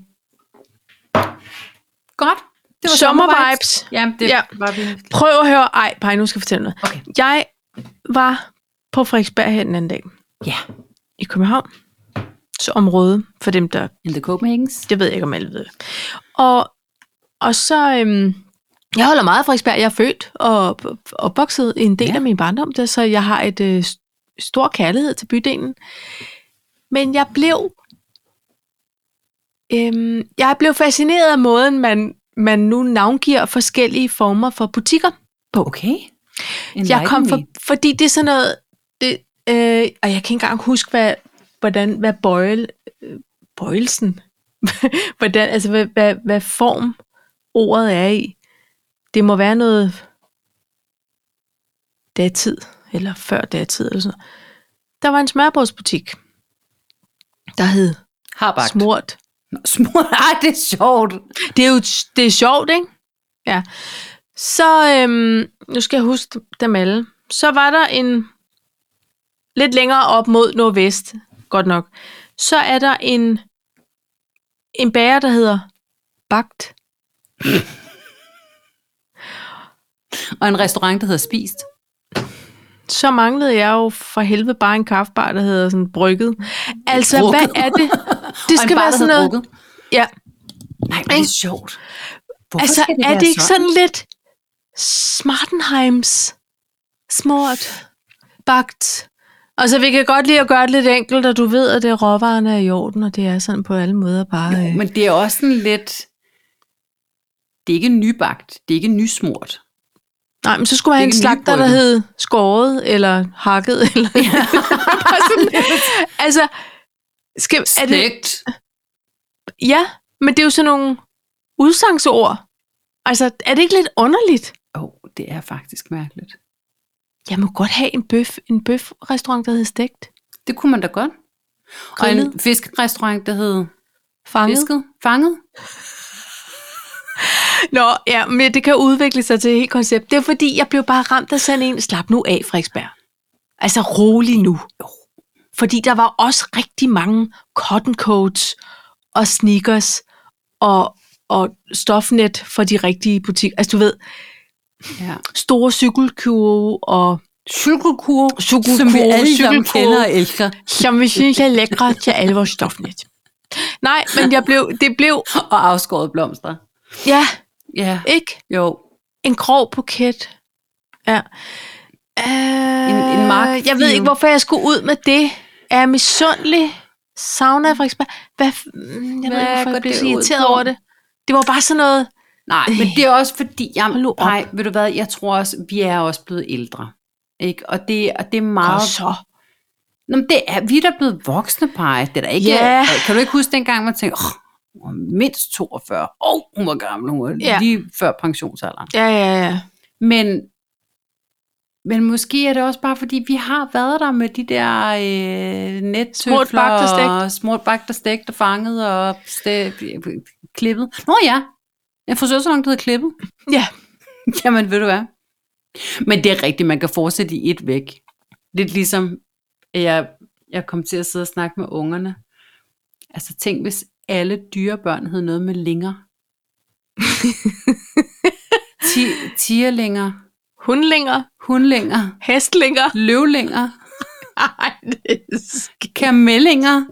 Godt. Det var Sommervibes. Jamen, det Ja. var vi. Prøv at høre. Ej, Paj, nu skal jeg fortælle noget. Okay. Jeg var på Frederiksberg her den anden dag Ja. i København. Så område for dem, der... In the Copenhagens. Det ved jeg ikke, om alle ved. Og, og så... Øhm, jeg holder meget af Frederiksberg. Jeg er født og opvokset i en del Ja. ja. af min barndom, der, så jeg har et øh, stor kærlighed til bydelen. Men jeg blev... Øhm, jeg blev fascineret af måden, man, man nu navngiver forskellige former for butikker på. Okay. Jeg kom for, fordi det er sådan noget, det, øh, og jeg kan ikke engang huske, hvad, hvordan, hvad Boyle, øh, Boylesen, hvordan, altså hvad, hvad, hvad form ordet er i. Det må være noget datid, eller før datid, eller sådan noget. Der var en smørbrødsbutik, der hed Harbagt. Smurt. Smurt. Ej, det er sjovt. Det er jo det er sjovt, ikke? Ja. Så, øhm, nu skal jeg huske dem alle. Så var der en, lidt længere op mod nordvest, godt nok, så er der en, en bager, der hedder Bagt. Og en restaurant, der hedder Spist. Så manglede jeg jo for helvede bare en kaffebar, der hedder sådan Brygget. Altså, Brugget. hvad er det? Det skal bar, være der sådan hedder noget... Brugget. Ja, Nej, det er sjovt. Hvorfor altså, skal det er være det ikke sådan lidt Smartenheims smurt, bagt? Altså, vi kan godt lide at gøre det lidt enkelt, og du ved, at det er råvarerne er i orden, og det er sådan på alle måder bare... Jo, øh, men det er også sådan lidt... Det er ikke nybagt. Det er ikke nysmurt. Nej, men så skulle man have en Det er ikke slagter, der nybrygget. hed skåret, eller hakket, eller... sådan, altså, skal, er det, Stegt. ja, men det er jo sådan nogle udsangsord. Altså, er det ikke lidt underligt? Åh, oh, det er faktisk mærkeligt. Jeg må godt have en bøf, en bøfrestaurant, der hedder Stegt. Det kunne man da godt. Og en Grillet. fiskerestaurant, der hed Fanget. Fisket. Fanget. Nå, ja, men det kan udvikle sig til et helt koncept. Det er fordi, jeg blev bare ramt af sådan en, slap nu af, Frederiksberg. Altså, rolig nu. Fordi der var også rigtig mange cotton coats og sneakers og, og stofnet for de rigtige butikker. Altså, du ved, Ja. store cykelkurve og Cykelkur, Cykelkur, som vi alle sammen cykelkur. kender og elsker. som vi synes er lækre til alle vores stofnet. Nej, men jeg blev, det blev, Og afskåret blomster. ja, Ja, ikke? jo. En grov buket. Ja. Uh, En- en markfil. Jeg ved ikke, hvorfor jeg skulle ud med det. Er jeg misundelig? Savner jeg Frederiksberg? Hvad, f- mm, jeg Hvad ved ikke, hvorfor går jeg blev det så ud irriteret på? over det. Det var bare sådan noget... Nej, men det er også fordi, jeg, Hold nu op. nej, ved du hvad, jeg tror også, vi er også blevet ældre. Ikke? Og, det, og det er meget... Og så. Nå, men det er, vi er da blevet voksne, Paj. Det er da ikke... Ja. Kan du ikke huske dengang, man tænkte, åh, hun var mindst toogfyrre. Åh, oh, hun var gammel. Hun var Ja. lige før pensionsalderen. Ja, ja, ja. Men, men måske er det også bare, fordi vi har været der med de der øh, nettøfler, Smurt bagt og stegt. og smurt bagt og stegt og fanget og ste- klippet. Nå ja, en frisørsalon, der hedder klippet. Ja. Jamen, ved du hvad? Men det er rigtigt, man kan fortsætte i et væk. Lidt ligesom, at jeg, jeg kom til at sidde og snakke med ungerne. Altså tænk, hvis alle dyrebørn hed noget med linger. Ti- Tierlinger. Hundlinger. Hundlinger. Hestlinger. Løvlinger. Ej, det er sk- Kamellinger.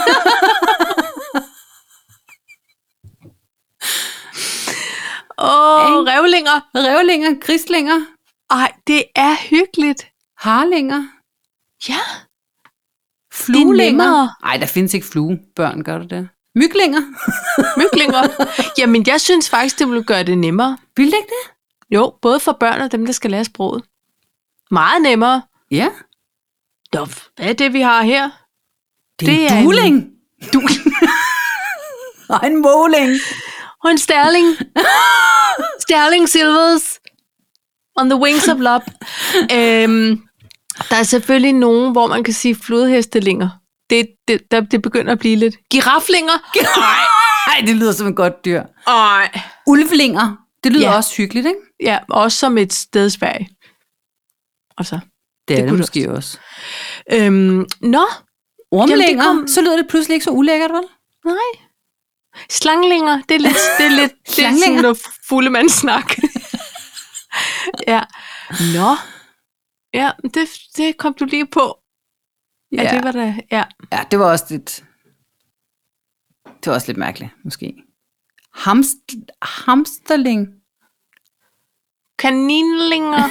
Åh, oh, revlinger. Revlinger. Grislinger. Ej, det er hyggeligt. Harlinger. Ja. Fluelinger. nemmere. Nej, der findes ikke fluebørn, gør du det? Myglinger. Myglinger. Jamen, jeg synes faktisk, det ville gøre det nemmere. Vil det ikke det? Jo, både for børn og dem, der skal lære sproget. Meget nemmere. Ja. Nå, hvad er det, vi har her? Det er, Det det er er en- en duling. Du- Og en måling. Og en sterling. Sterling Silvers. On the wings of love. øhm, der er selvfølgelig nogen, hvor man kan sige flodhestelinger. Det, det, der, det begynder at blive lidt. Giraflinger. Nej, det lyder som et godt dyr. Ej. Ulvelinger. Det lyder Ja. også hyggeligt, ikke? Ja, også som et sted Sverige. Og så. Det, Det er det kunne måske det også. Øhm, nå, Ormelinger, Jamen, det kom- så lyder det pludselig ikke så ulækkert, vel? nej. Slanglinger, det er lidt, det er lidt det er sådan Slanglinger? noget fuldemandssnak. Ja. Nå. Ja, det, det kom du lige på. Ja, ja det var da, ja. ja, det var også lidt... Det var også lidt mærkeligt, måske. Hamst, hamsterling. Kaninlinger.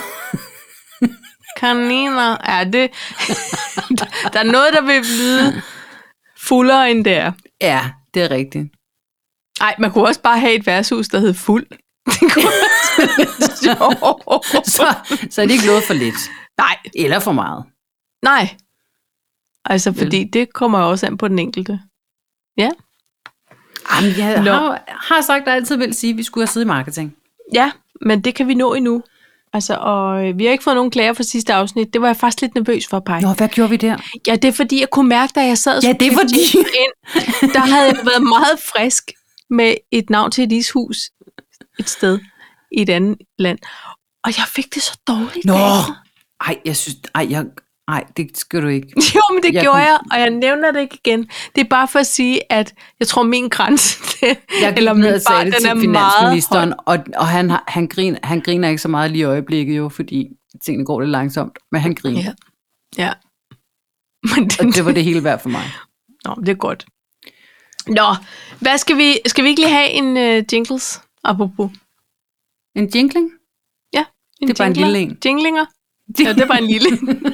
Kaniner. Ja, det... Der er noget, der vil blive fuldere end det er. Ja, det er rigtigt. Ej, man kunne også bare have et værtshus, der hed Fuld. Det kunne også være lidt sjovt. Så, så er det ikke lovet for lidt. Nej, Eller for meget. nej. Altså, fordi det kommer jo også an på den enkelte. Ja. Jamen, jeg Nå. har, har sagt, at jeg altid vil sige, at vi skulle have siddet i marketing. Ja, men det kan vi nå endnu. Altså, og øh, vi har ikke fået nogen klager for sidste afsnit. Det var jeg faktisk lidt nervøs for, Paj. Nå, hvad gjorde vi der? Ja, det er fordi, jeg kunne mærke, da jeg sad og Ja, skulle det er klippe fordi- ting ind, der havde jeg været meget frisk med et navn til et ishus et sted i et andet land. Og jeg fik det så dårligt. Nå, bagefter. ej, jeg synes, ej, jeg, ej, det skal du ikke. Jo, men det Jeg gjorde kunne- jeg, og jeg nævner det ikke igen. Det er bare for at sige, at jeg tror, min grænse, Jeg gik eller ned min og bar, sagde det den til er meget finansministeren, og, og han, har- han, griner, han griner ikke så meget lige i øjeblikket jo, fordi tingene går lidt langsomt, men han griner. Ja. Ja. Men Og det var det hele værd for mig. Nå, det er godt. Nå, hvad skal vi... Skal vi ikke lige have en uh, jingles, apropos? En jingling? Ja, en Det er bare en jingler. lille en. Jinglinger? Ja, det var en lille.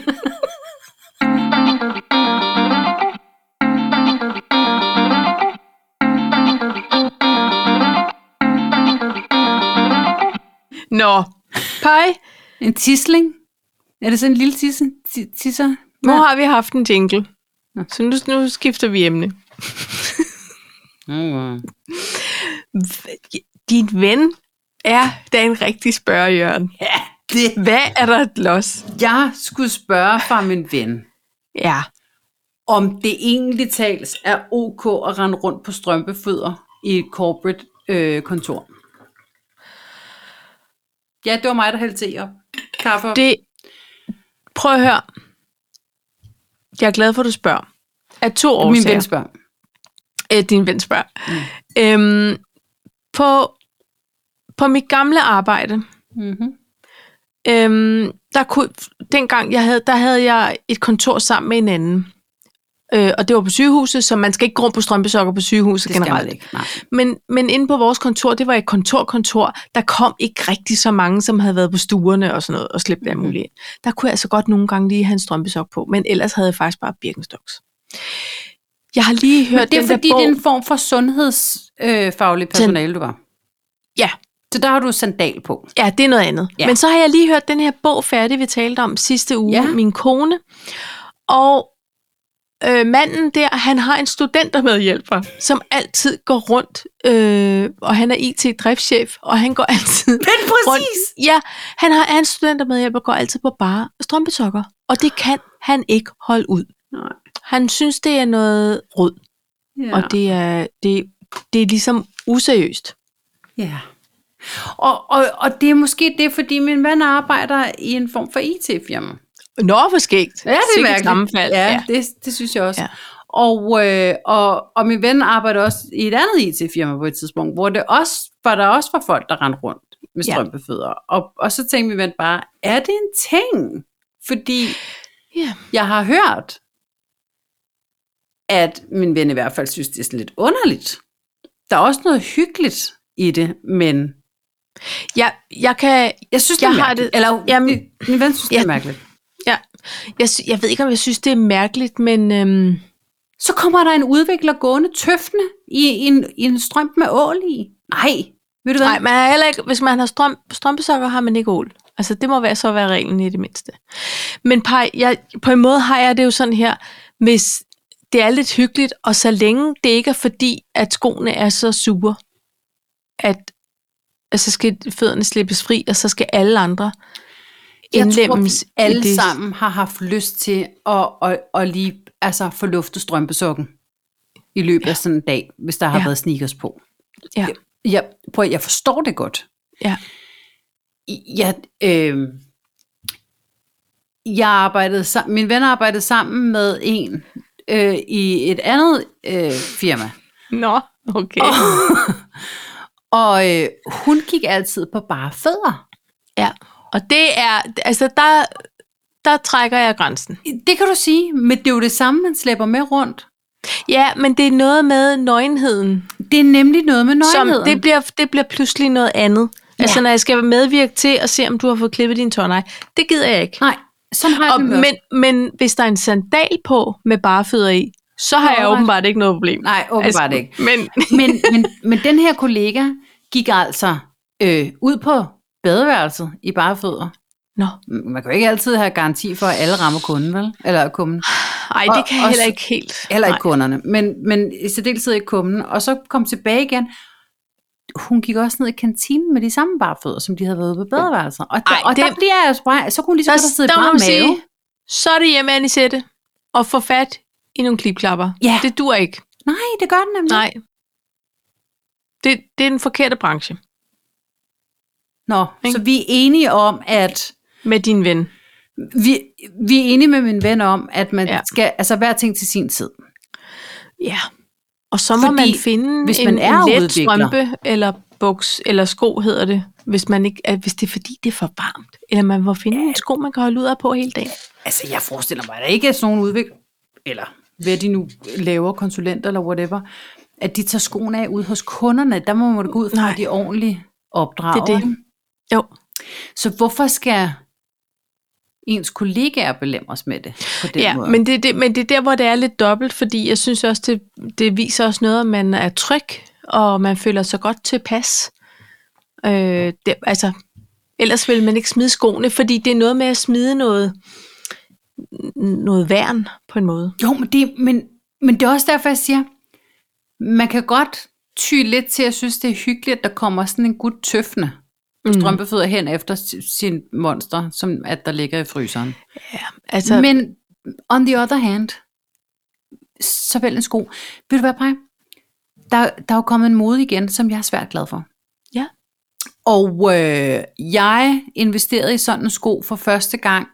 Nå, Pej, En tisling? Er det sådan en lille tisse, ti- tisser? nu har vi haft en jingle. Nå. Så nu, nu skifter vi emne. Mm. Din ven er da en rigtig spørger, Jørgen. Ja, det. Hvad er der et los? Jeg skulle spørge fra min ven, Ja. om det egentlig tals er ok at rende rundt på strømpefødder i et corporate øh, kontor. Ja, det var mig, der hældte te op. Kaffe op. Det, prøv at høre. Jeg er glad for, at du spørger. Af to Min årsager. ven spørger. Æ, din ven spørger. Mm. Øhm, på, på mit gamle arbejde, Mm-hmm. øhm, der kunne, dengang jeg havde, der havde jeg et kontor sammen med en anden. Øh, og det var på sygehuset, så man skal ikke gå rundt på strømpesokker på sygehuset Det skal generelt. man ikke. Nej. Men, men inde på vores kontor, det var et kontorkontor, der kom ikke rigtig så mange, som havde været på stuerne og sådan noget, og slæbt alt muligt ind. Der kunne jeg altså godt nogle gange lige have en strømpesok på, men ellers havde jeg faktisk bare Birkenstocks. Jeg har lige hørt Men det er den fordi, der bog. det er en form for sundhedsfaglig øh, faglig personale, du var. Ja, Så der har du sandal på. ja, det er noget andet. Ja. Men så har jeg lige hørt den her bog færdig, vi talte om sidste uge, Ja. Min kone. Og øh, manden der, han har en studentermedhjælper, som altid går rundt, øh, og han er I T-driftschef, og han går altid Men præcis! rundt. Ja, han har hans studentermedhjælper, går altid på bare strømpesokker, og det kan han ikke holde ud. Nej. Han synes, det er noget rod, Ja. og det er, det, det er ligesom useriøst. Ja. Og, og, og det er måske det, fordi min ven arbejder i en form for I T-firma. Nå, hvor skægt. Ja, det er Sikkert virkelig. sammenfald. Ja, Ja. Det, det synes jeg også. Ja. Og, øh, og, og min ven arbejder også i et andet I T-firma på et tidspunkt, hvor det også, hvor der også var folk, der rendte rundt med Ja. strømpefødder. Og, og så tænkte min ven bare, er det en ting? Fordi Ja. jeg har hørt, at min ven i hvert fald synes, det er sådan lidt underligt. Der er også noget hyggeligt i det, men Jeg, jeg kan... jeg synes, Jeg det er har mærkeligt. det- Eller Jamen, det, min ven synes, det ja. er mærkeligt. Ja, jeg, sy- jeg ved ikke, om jeg synes, det er mærkeligt, men... Øhm, Så kommer der en udvikler gående tøftende i, i, en, i en strømpe med ål i. Nej, ved du hvad? nej, man er heller ikke, hvis man har strøm, strømpesokker, har man ikke ål. Altså, det må være, så være reglen i det mindste. Men Paj, jeg, på en måde har jeg det jo sådan her, hvis det er lidt hyggeligt, og så længe det ikke er fordi, at skoene er så sure, at, at så skal fødderne slippes fri, og så skal alle andre Jeg indlemmes tror, vi alle i det. sammen har haft lyst til at, at, at lige altså, få luftet strømpesokken i løbet ja. af sådan en dag, hvis der har Ja. været sneakers på. Ja. Jeg, prøv, jeg forstår det godt. Ja. Jeg, øh, jeg arbejdede sammen, min ven arbejdede sammen med en øh, i et andet øh, firma. Nå, okay. Og, og øh, hun gik altid på bare fødder. Ja, og det er, altså der, der trækker jeg grænsen. Det kan du sige, men det er jo det samme, man slæber med rundt. Ja, men det er noget med nøgenheden. Det er nemlig noget med Som, nøgenheden. det, bliver, det bliver pludselig noget andet. Ja. Altså når jeg skal medvirke til at se, om du har fået klippet din tårnej, det gider jeg ikke. Nej, sådan har jeg Og, det med. men, men hvis der er en sandal på med barefødder i, så har jeg Alright. åbenbart ikke noget problem. Nej, åbenbart ikke. Men, Men, men, men den her kollega gik altså øh, ud på badeværelset i bare fødder. Nå, Man kan jo ikke altid have garanti for, at alle rammer kunden, vel? Eller kunden. ej, Og- det kan jeg og heller så- ikke helt. Heller ikke Nej. kunderne, men, men i særdeleshed ikke kunden. Og så kom tilbage igen. Hun gik også ned i kantinen med de samme barefødder, som de havde været ude på badeværelset. Og, der, Ej, og det- der bliver jeg altså bare, så kunne hun lige så Der, godt have siddet i der må bare man mave. sige, så er det hjemme, Anisette, og få fat i nogle klipklapper. Ja. Det dur ikke. Nej, det gør den nemlig. Nej. Det, det er den forkerte branche Nå, Ikke? så vi er enige om, at med din ven. vi, vi er enige med min ven om, at man Ja. skal, altså hver ting til sin tid. Ja. Og så må Fordi man finde hvis en, man er en let udvikler- strømpe eller buks eller sko hedder det, hvis man ikke er, hvis det er fordi det er for varmt, eller man må finde ja. en sko man kan holde ud af på hele dagen. Altså, jeg forestiller mig, at der ikke er sådan nogen udvikling, eller hvad de nu laver, konsulenter eller whatever, at de tager skoene af ud hos kunderne. Der må man gå ud fra, Nej. at de er ordentligt opdraget. Det er det. Jo. Så hvorfor skal ens kollegaer belemres med det på den Ja, måde? men det, det, men det er der, hvor det er lidt dobbelt, fordi jeg synes også, det, det viser også noget, at man er tryg, og man føler sig godt tilpas. Øh, det, altså, ellers vil man ikke smide skoene, fordi det er noget med at smide noget, noget værn på en måde. Jo, men det, men, men det er også derfor, jeg siger, man kan godt ty lidt til, at jeg synes, det er hyggeligt, at der kommer sådan en gut tøffende Mm. strømpefødder hen efter sin monster, som at der ligger i fryseren. Ja, altså, Men on the other hand, så vælg en sko. Ved du hvad, Paj? Der, der er jo kommet en mode igen, som jeg er svært glad for. Ja. Og øh, jeg investerede i sådan en sko for første gang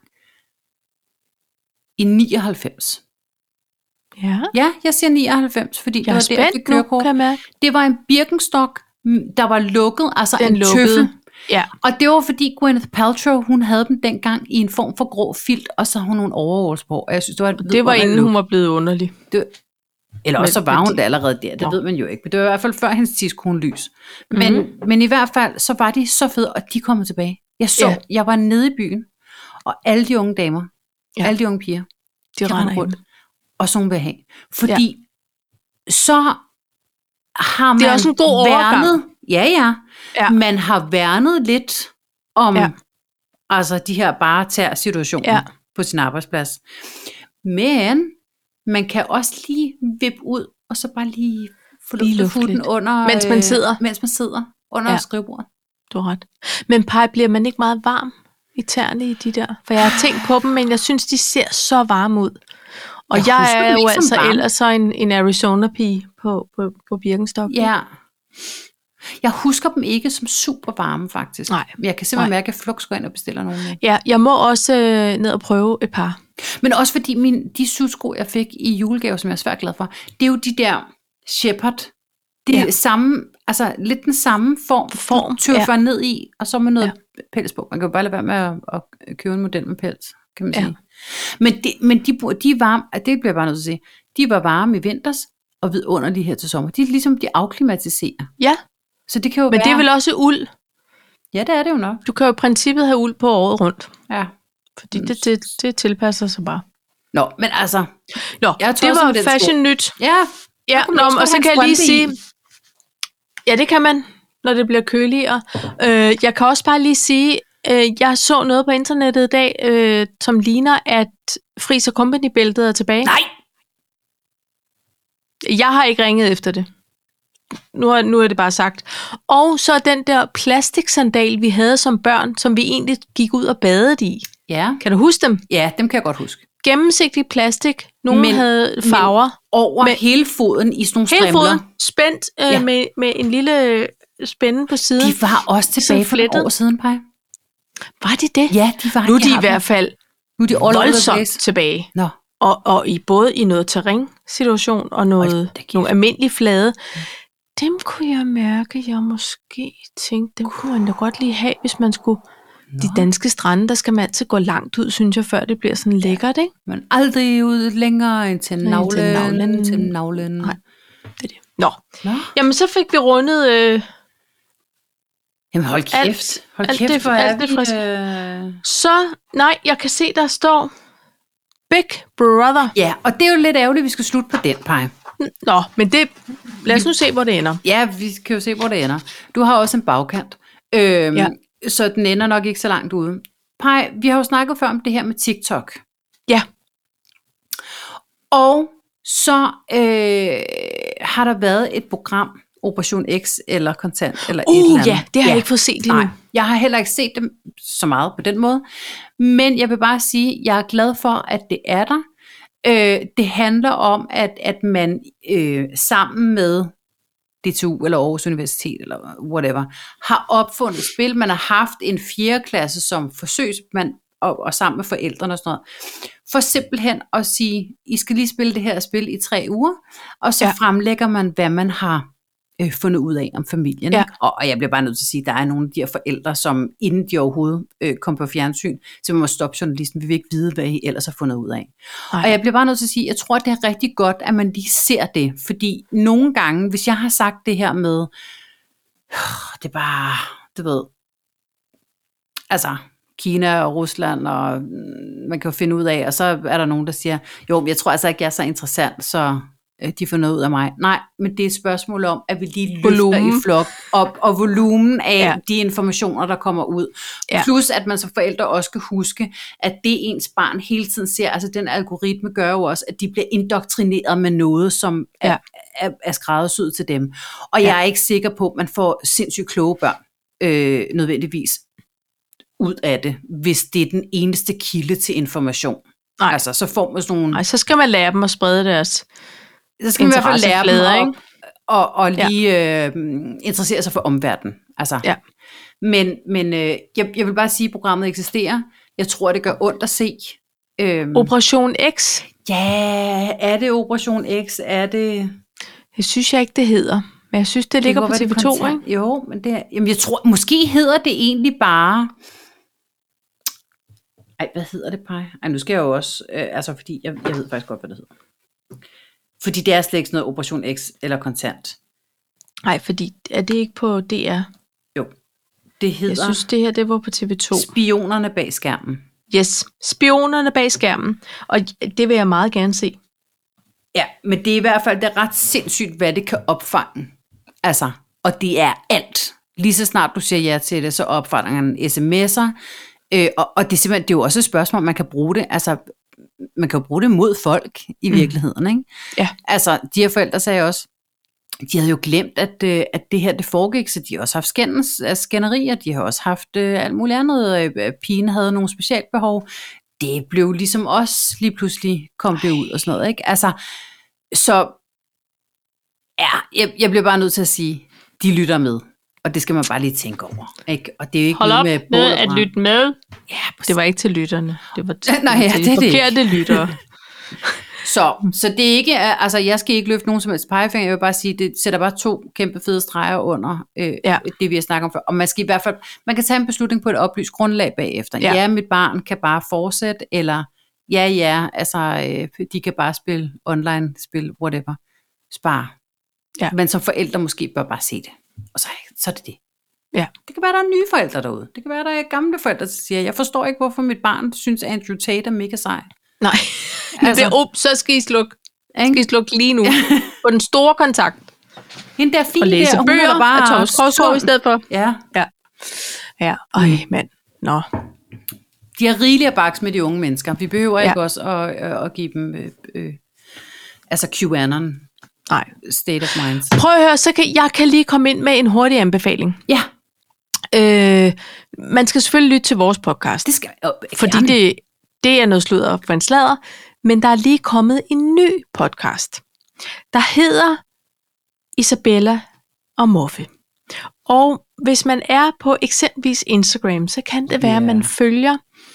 i nioghalvfems. ja, Ja, jeg siger nioghalvfems, fordi jeg det er var der, jeg fik spændt nu, kørekort. kan jeg mærke. Det var en Birkenstock, mm, der var lukket, altså Den en lukkede. tøffel. Ja, Og det var fordi Gwyneth Paltrow, hun havde dem dengang i en form for grå filt, og så havde hun nogle overalls på. Og jeg synes, det var, det var inden hun var blevet underlig. Det, eller også så Men- var men hun de- det allerede der, det Nå. ved man jo ikke. Men det var i hvert fald før hendes tidskronelys. Men, Mhm. men i hvert fald, så var de så fede, og de kom tilbage. Jeg så, Ja. jeg var nede i byen, og alle de unge damer, Ja. ja. alle de unge piger, De de render rendte rundt, rundt. og så hun vil have. Fordi ja. så har man Det er også en god overgang. værnet, ja, ja, Ja. man har værnet lidt om Ja. ja. altså de her bare tær situationer Ja. ja. på sin arbejdsplads. Men man kan også lige vippe ud, og så bare lige få Lige luftet lufte futen lidt. under, Mens man øh, sidder. mens man sidder under Ja. ja. skrivebordet. Du har ret. Men Paj, bliver man ikke meget varm i tæerne i de der? For jeg har tænkt på dem, men jeg synes, de ser så varme ud. Og Jeg jeg, husker jeg dem er jo ikke som altså barn. ellers så en, en Arizona-pige på, på, på Birkenstock. Ja. Jeg husker dem ikke som super varme, faktisk. Nej. Men jeg kan simpelthen Nej. mærke, at jeg flux går ind og bestiller nogle nu. Ja, jeg må også øh, ned og prøve et par. Men også fordi min, de sudsko, jeg fik i julegave, som jeg er svært glad for, det er jo de der Shepherd. Det er Ja. samme, altså lidt den samme form, Form, du tøffer ja. ned i, og så med noget Ja. pels på. Man kan jo bare lade være med at, at købe en model med pels, kan man Ja. sige. Men, de, men de, de er varme, det bliver jeg bare nødt til at sige, de var varme i vinters, og vidunderlige her til sommer. De er ligesom, de afklimatiserer. Ja, Så det kan jo men være... det er vel også uld. Ja, det er det jo nok. Du kan jo i princippet have uld på året rundt. Ja. Fordi det, det, det tilpasser sig bare. Nå, men altså... Nå, Jeg er det tosset var med den sko. fashion nyt. Ja, Ja, kunne man nå, også og godt så have kan en jeg lige strømpe sige... Ja, det kan man, når det bliver køligere. Øh, jeg kan også bare lige sige, øh, jeg så noget på internettet i dag, øh, som ligner, at Friis og Company-bæltet er tilbage. Nej! Jeg har ikke ringet efter det. Nu er, nu er det bare sagt. Og så den der plastiksandal, vi havde som børn, som vi egentlig gik ud og badede i. Ja. Kan du huske dem? Ja, dem kan jeg godt huske. Gennemsigtig plastik. Nogle Men- havde farver. Over Med- hele foden i sådan nogle Hele strimler. foden spændt øh, Ja. med, med en lille spænde på siden. De var også tilbage for flettet. et år siden, Paj. Var det det? Ja, de var. Nu er de har i hvert fald Nu er de all over the voldsomt place. tilbage. Nå, Og, og i både i noget terræn-situation og noget, Hold da kæft. nogle almindelige flade. Dem kunne jeg mærke, jeg måske tænkte, dem kunne man da godt lige have, hvis man skulle... Nå. De danske strande, der skal man altid gå langt ud, synes jeg, før det bliver sådan lækkert, ikke? men aldrig ud længere end til Nej, navlen. til navlen. Til navlen. Nej. Det er det. Nå, Nå. jamen så fik vi rundet... Øh, Jamen hold kæft. Alt- hold alt kæft, det- hvor er alt det vi, friske. øh... så, nej, jeg kan se, der står Big Brother. Ja, og det er jo lidt ærgerligt, at vi skal slutte på den, Paj. Nå, men det... Lad os nu se, hvor det ender. Ja, vi kan jo se, hvor det ender. Du har også en bagkant, øhm, Ja. så den ender nok ikke så langt ude. Paj, vi har jo snakket før om det her med TikTok. Ja. Og så øh, har der været et program, Operation X eller Kontant, eller et eller Uh, andet. ja, det har jeg ikke fået set endnu. Nej, jeg har heller ikke set dem så meget på den måde. Men jeg vil bare sige, at jeg er glad for, at det er der. Øh, det handler om, at, at man øh, sammen med D T U eller Aarhus Universitet eller whatever, har opfundet spil. Man har haft en fjerde klasse som forsøgsmand og, og sammen med forældrene og sådan noget. For simpelthen at sige, I skal lige spille det her spil i tre uger, og så Ja. ja. fremlægger man, hvad man har øh, fundet ud af om familien. Ja. Ikke? Og, og jeg bliver bare nødt til at sige, at der er nogle af de her forældre, som inden de overhovedet øh, kom på fjernsyn, så man må stoppe journalisten, vi vil ikke vide, hvad I ellers har fundet ud af. Nej. Og jeg bliver bare nødt til at sige, at jeg tror, at det er rigtig godt, at man lige ser det. Fordi nogle gange, hvis jeg har sagt det her med, det er bare, du ved, altså Kina og Rusland, og man kan jo finde ud af, og så er der nogen, der siger, jo, jeg tror altså ikke, jeg er så interessant, så øh, de får noget ud af mig. Nej, men det er et spørgsmål om, at vi lige løfter Volumen. i flok op, og volumen af Ja. ja. de informationer, der kommer ud. Ja. Ja. Plus, at man som forældre også skal huske, at det ens barn hele tiden ser, altså den algoritme gør jo også, at de bliver indoktrineret med noget, som Ja. er, er, er skræddersyet til dem. Og Ja. jeg er ikke sikker på, at man får sindssygt kloge børn, øh, nødvendigvis, ud af det, hvis det er den eneste kilde til information. Nej. Altså, så får man sådan nogle... Nej, så skal man lære dem at sprede deres... så skal man i hvert fald lære dem interesseflader, at, ikke? og, og lige øh, interessere sig for omverdenen. Altså. Ja. Men, men øh, jeg, jeg vil bare sige, at programmet eksisterer. Jeg tror, det gør ondt at se. Øhm, Operation X, ja, er det Operation X? Er det... det synes jeg ikke, det hedder. Men jeg synes, det ligger på Det kunne T V godt to, være, det er ikke? kontant. Jo, men det er, jamen jeg tror, måske hedder det egentlig bare... Ej, hvad hedder det, Paj? Ej, nu skal jeg jo også... Øh, altså, fordi jeg, jeg ved faktisk godt, hvad det hedder. Fordi det er slet ikke sådan noget Operation X eller kontant. Nej, fordi er det ikke på D R? Jo, det hedder... Jeg synes, det her, det var på T V to. Spionerne bag skærmen. Yes, spionerne bag skærmen. Og det vil jeg meget gerne se. Ja, men det er i hvert fald det er ret sindssygt, hvad det kan opfange. Altså, og det er alt. Lige så snart du siger ja til det, så opfanger han sms'er. Øh, og, og det er simpelthen, det er jo også et spørgsmål, man kan bruge det. Altså, man kan jo bruge det mod folk i virkeligheden, ikke? Ja. Altså, de her forældre sagde også, de havde jo glemt, at, øh, at det her det foregik, så de har også haft skændens, skænderier, de har også haft øh, alt muligt andet. Øh, pigen havde nogle specialbehov. det blev ligesom også lige pludselig kom det ud og sådan noget, ikke? Altså, så ja, jeg, jeg bliver bare nødt til at sige, de lytter med. Og det skal man bare lige tænke over, ikke? Og det er jo ikke Hold noget op med, med at lytte med. Ja, det var ikke til lytterne. Det var til, Nej, ja, til det er de det forkerte lyttere. Så, så det er ikke, altså jeg skal ikke løfte nogen som helst pegefinger, jeg vil bare sige, det sætter bare to kæmpe fede streger under øh, ja. det, vi har snakket om før. Og man skal i hvert fald, man kan tage en beslutning på et oplyst grundlag bagefter. Ja, ja mit barn kan bare fortsætte, eller ja, ja, altså øh, de kan bare spille online-spil, whatever. Spar. Ja. Men som forældre måske bør bare se det. Og så, så er det det. Ja. Det kan være, der er nye forældre derude. Det kan være, der er gamle forældre, der siger, jeg forstår ikke, hvorfor mit barn synes, at Andrew Tate er mega sej. Nej, altså, det er op, så skal I slukke, skal I slukke lige nu på den store kontakt. Hende der fine og læse der, bøger hun bare af Thomas Korsgaard i stedet for. Ja. Ja. Ja, øj, mand. Nå. De har rigeligt at bakse med de unge mennesker. Vi behøver ja. ikke også at, at, at give dem øh, øh, altså QAnon. Nej. State of mind. Prøv at høre, så kan jeg kan lige komme ind med en hurtig anbefaling. Ja. Øh, man skal selvfølgelig lytte til vores podcast. Det skal øh, fordi det, det er noget sludder for en sladder. Men der er lige kommet en ny podcast, der hedder Isabella og Moffe. Og hvis man er på eksempelvis Instagram, så kan det være, yeah. at man følger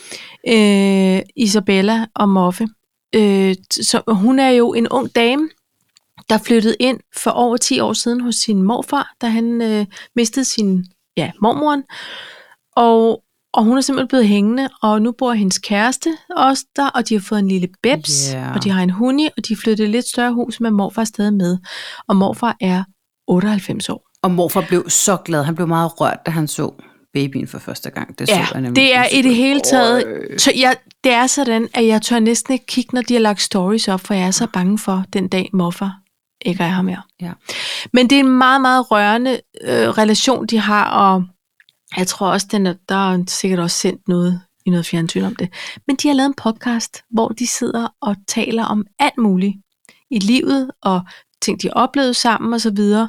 øh, Isabella og Moffe. Øh, så hun er jo en ung dame, der flyttede ind for over ti år siden hos sin morfar, da han øh, mistede sin ja, mormoren. Og, og hun er simpelthen blevet hængende, og nu bor hendes kæreste også der, og de har fået en lille bebs, yeah. og de har en hunde, og de flyttede et lidt større hus, men morfar stadig med. Og morfar er otteoghalvfems år. Og morfar blev så glad. Han blev meget rørt, da han så babyen for første gang. Det, ja, så jeg det er i det hele taget... Tør, jeg, det er sådan, at jeg tør næsten ikke kigge, når de har lagt stories op, for jeg er så bange for den dag, morfar ikke er her mere. Ja. Men det er en meget, meget rørende øh, relation, de har, og jeg tror også, den er, der er sikkert også sendt noget i noget fjernsyn om det. Men de har lavet en podcast, hvor de sidder og taler om alt muligt i livet, og ting, de oplevede sammen og så videre.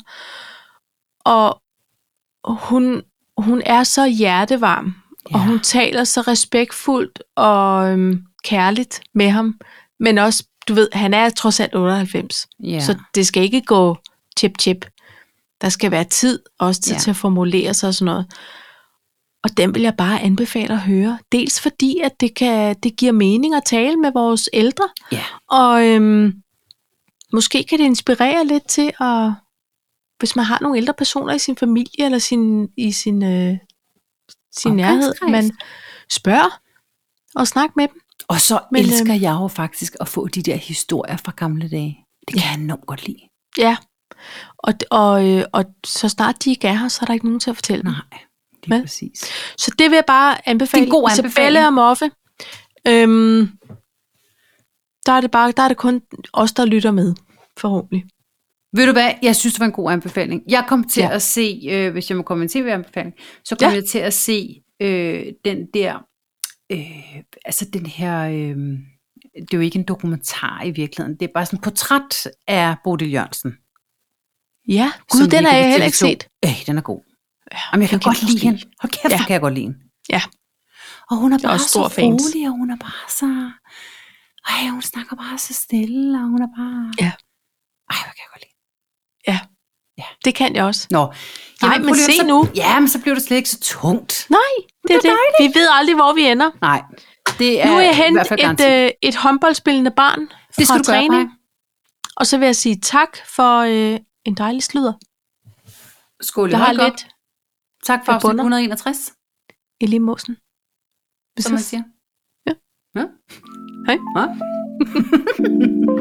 Og hun, hun er så hjertevarm, ja. Og hun taler så respektfuldt og øhm, kærligt med ham, men også, du ved, han er trods alt otteoghalvfems, ja. Så det skal ikke gå chip-chip. Der skal være tid, også tid ja. Til at formulere sig og sådan noget. Og den vil jeg bare anbefale at høre. Dels fordi, at det, kan, det giver mening at tale med vores ældre, ja. Og øhm, måske kan det inspirere lidt til at, hvis man har nogle ældre personer i sin familie, eller sin, i sin, øh, sin nærhed, man spørger og snakker med dem. Og så Men, elsker øh, jeg jo faktisk at få de der historier fra gamle dage. Det kan ja. Jeg enormt godt lide. Ja, og, og, øh, og så snart de ikke er her, så er der ikke nogen til at fortælle dem. Nej, det er præcis. Så det vil jeg bare anbefale. Det er en god anbefaling. Isabella og Moffe. Øhm, der er det bare, der er det kun os, der lytter med, forhåbentlig. Ved du hvad, jeg synes, det var en god anbefaling. Jeg kom til ja. At se, øh, hvis jeg må komme en tv-anbefaling, så kom ja. Jeg til at se øh, den der, øh, altså den her, øh, det er jo ikke en dokumentar i virkeligheden, det er bare sådan en portræt af Bodil Jørgensen. Ja, gud, den har jeg heller ikke set. Øh, den er god. Jamen, jeg kan godt lide hende. Hold kæft, ja. Kan jeg godt lide hende. Ja. Og hun er bare så rolig, og hun er bare så, ej, hun snakker bare så stille, og hun er bare, ja. Ej, hvad kan jeg godt lide. Ja. Ja, det kan jeg også. Nå. Nej, men se så, nu. Ja, men så bliver det slet ikke så tungt. Nej, det, det er det. det. Vi ved aldrig, hvor vi ender. Nej. Det er nu er jeg hentet et, øh, et håndboldspillende barn det skal fra du træning. Gøre, og så vil jeg sige tak for øh, en dejlig sludder. Skål i der har lidt. Tak for afsnit et hundrede og enogtres. I lige måsen. Som man siger. Ja. Ja. Hej. Ja.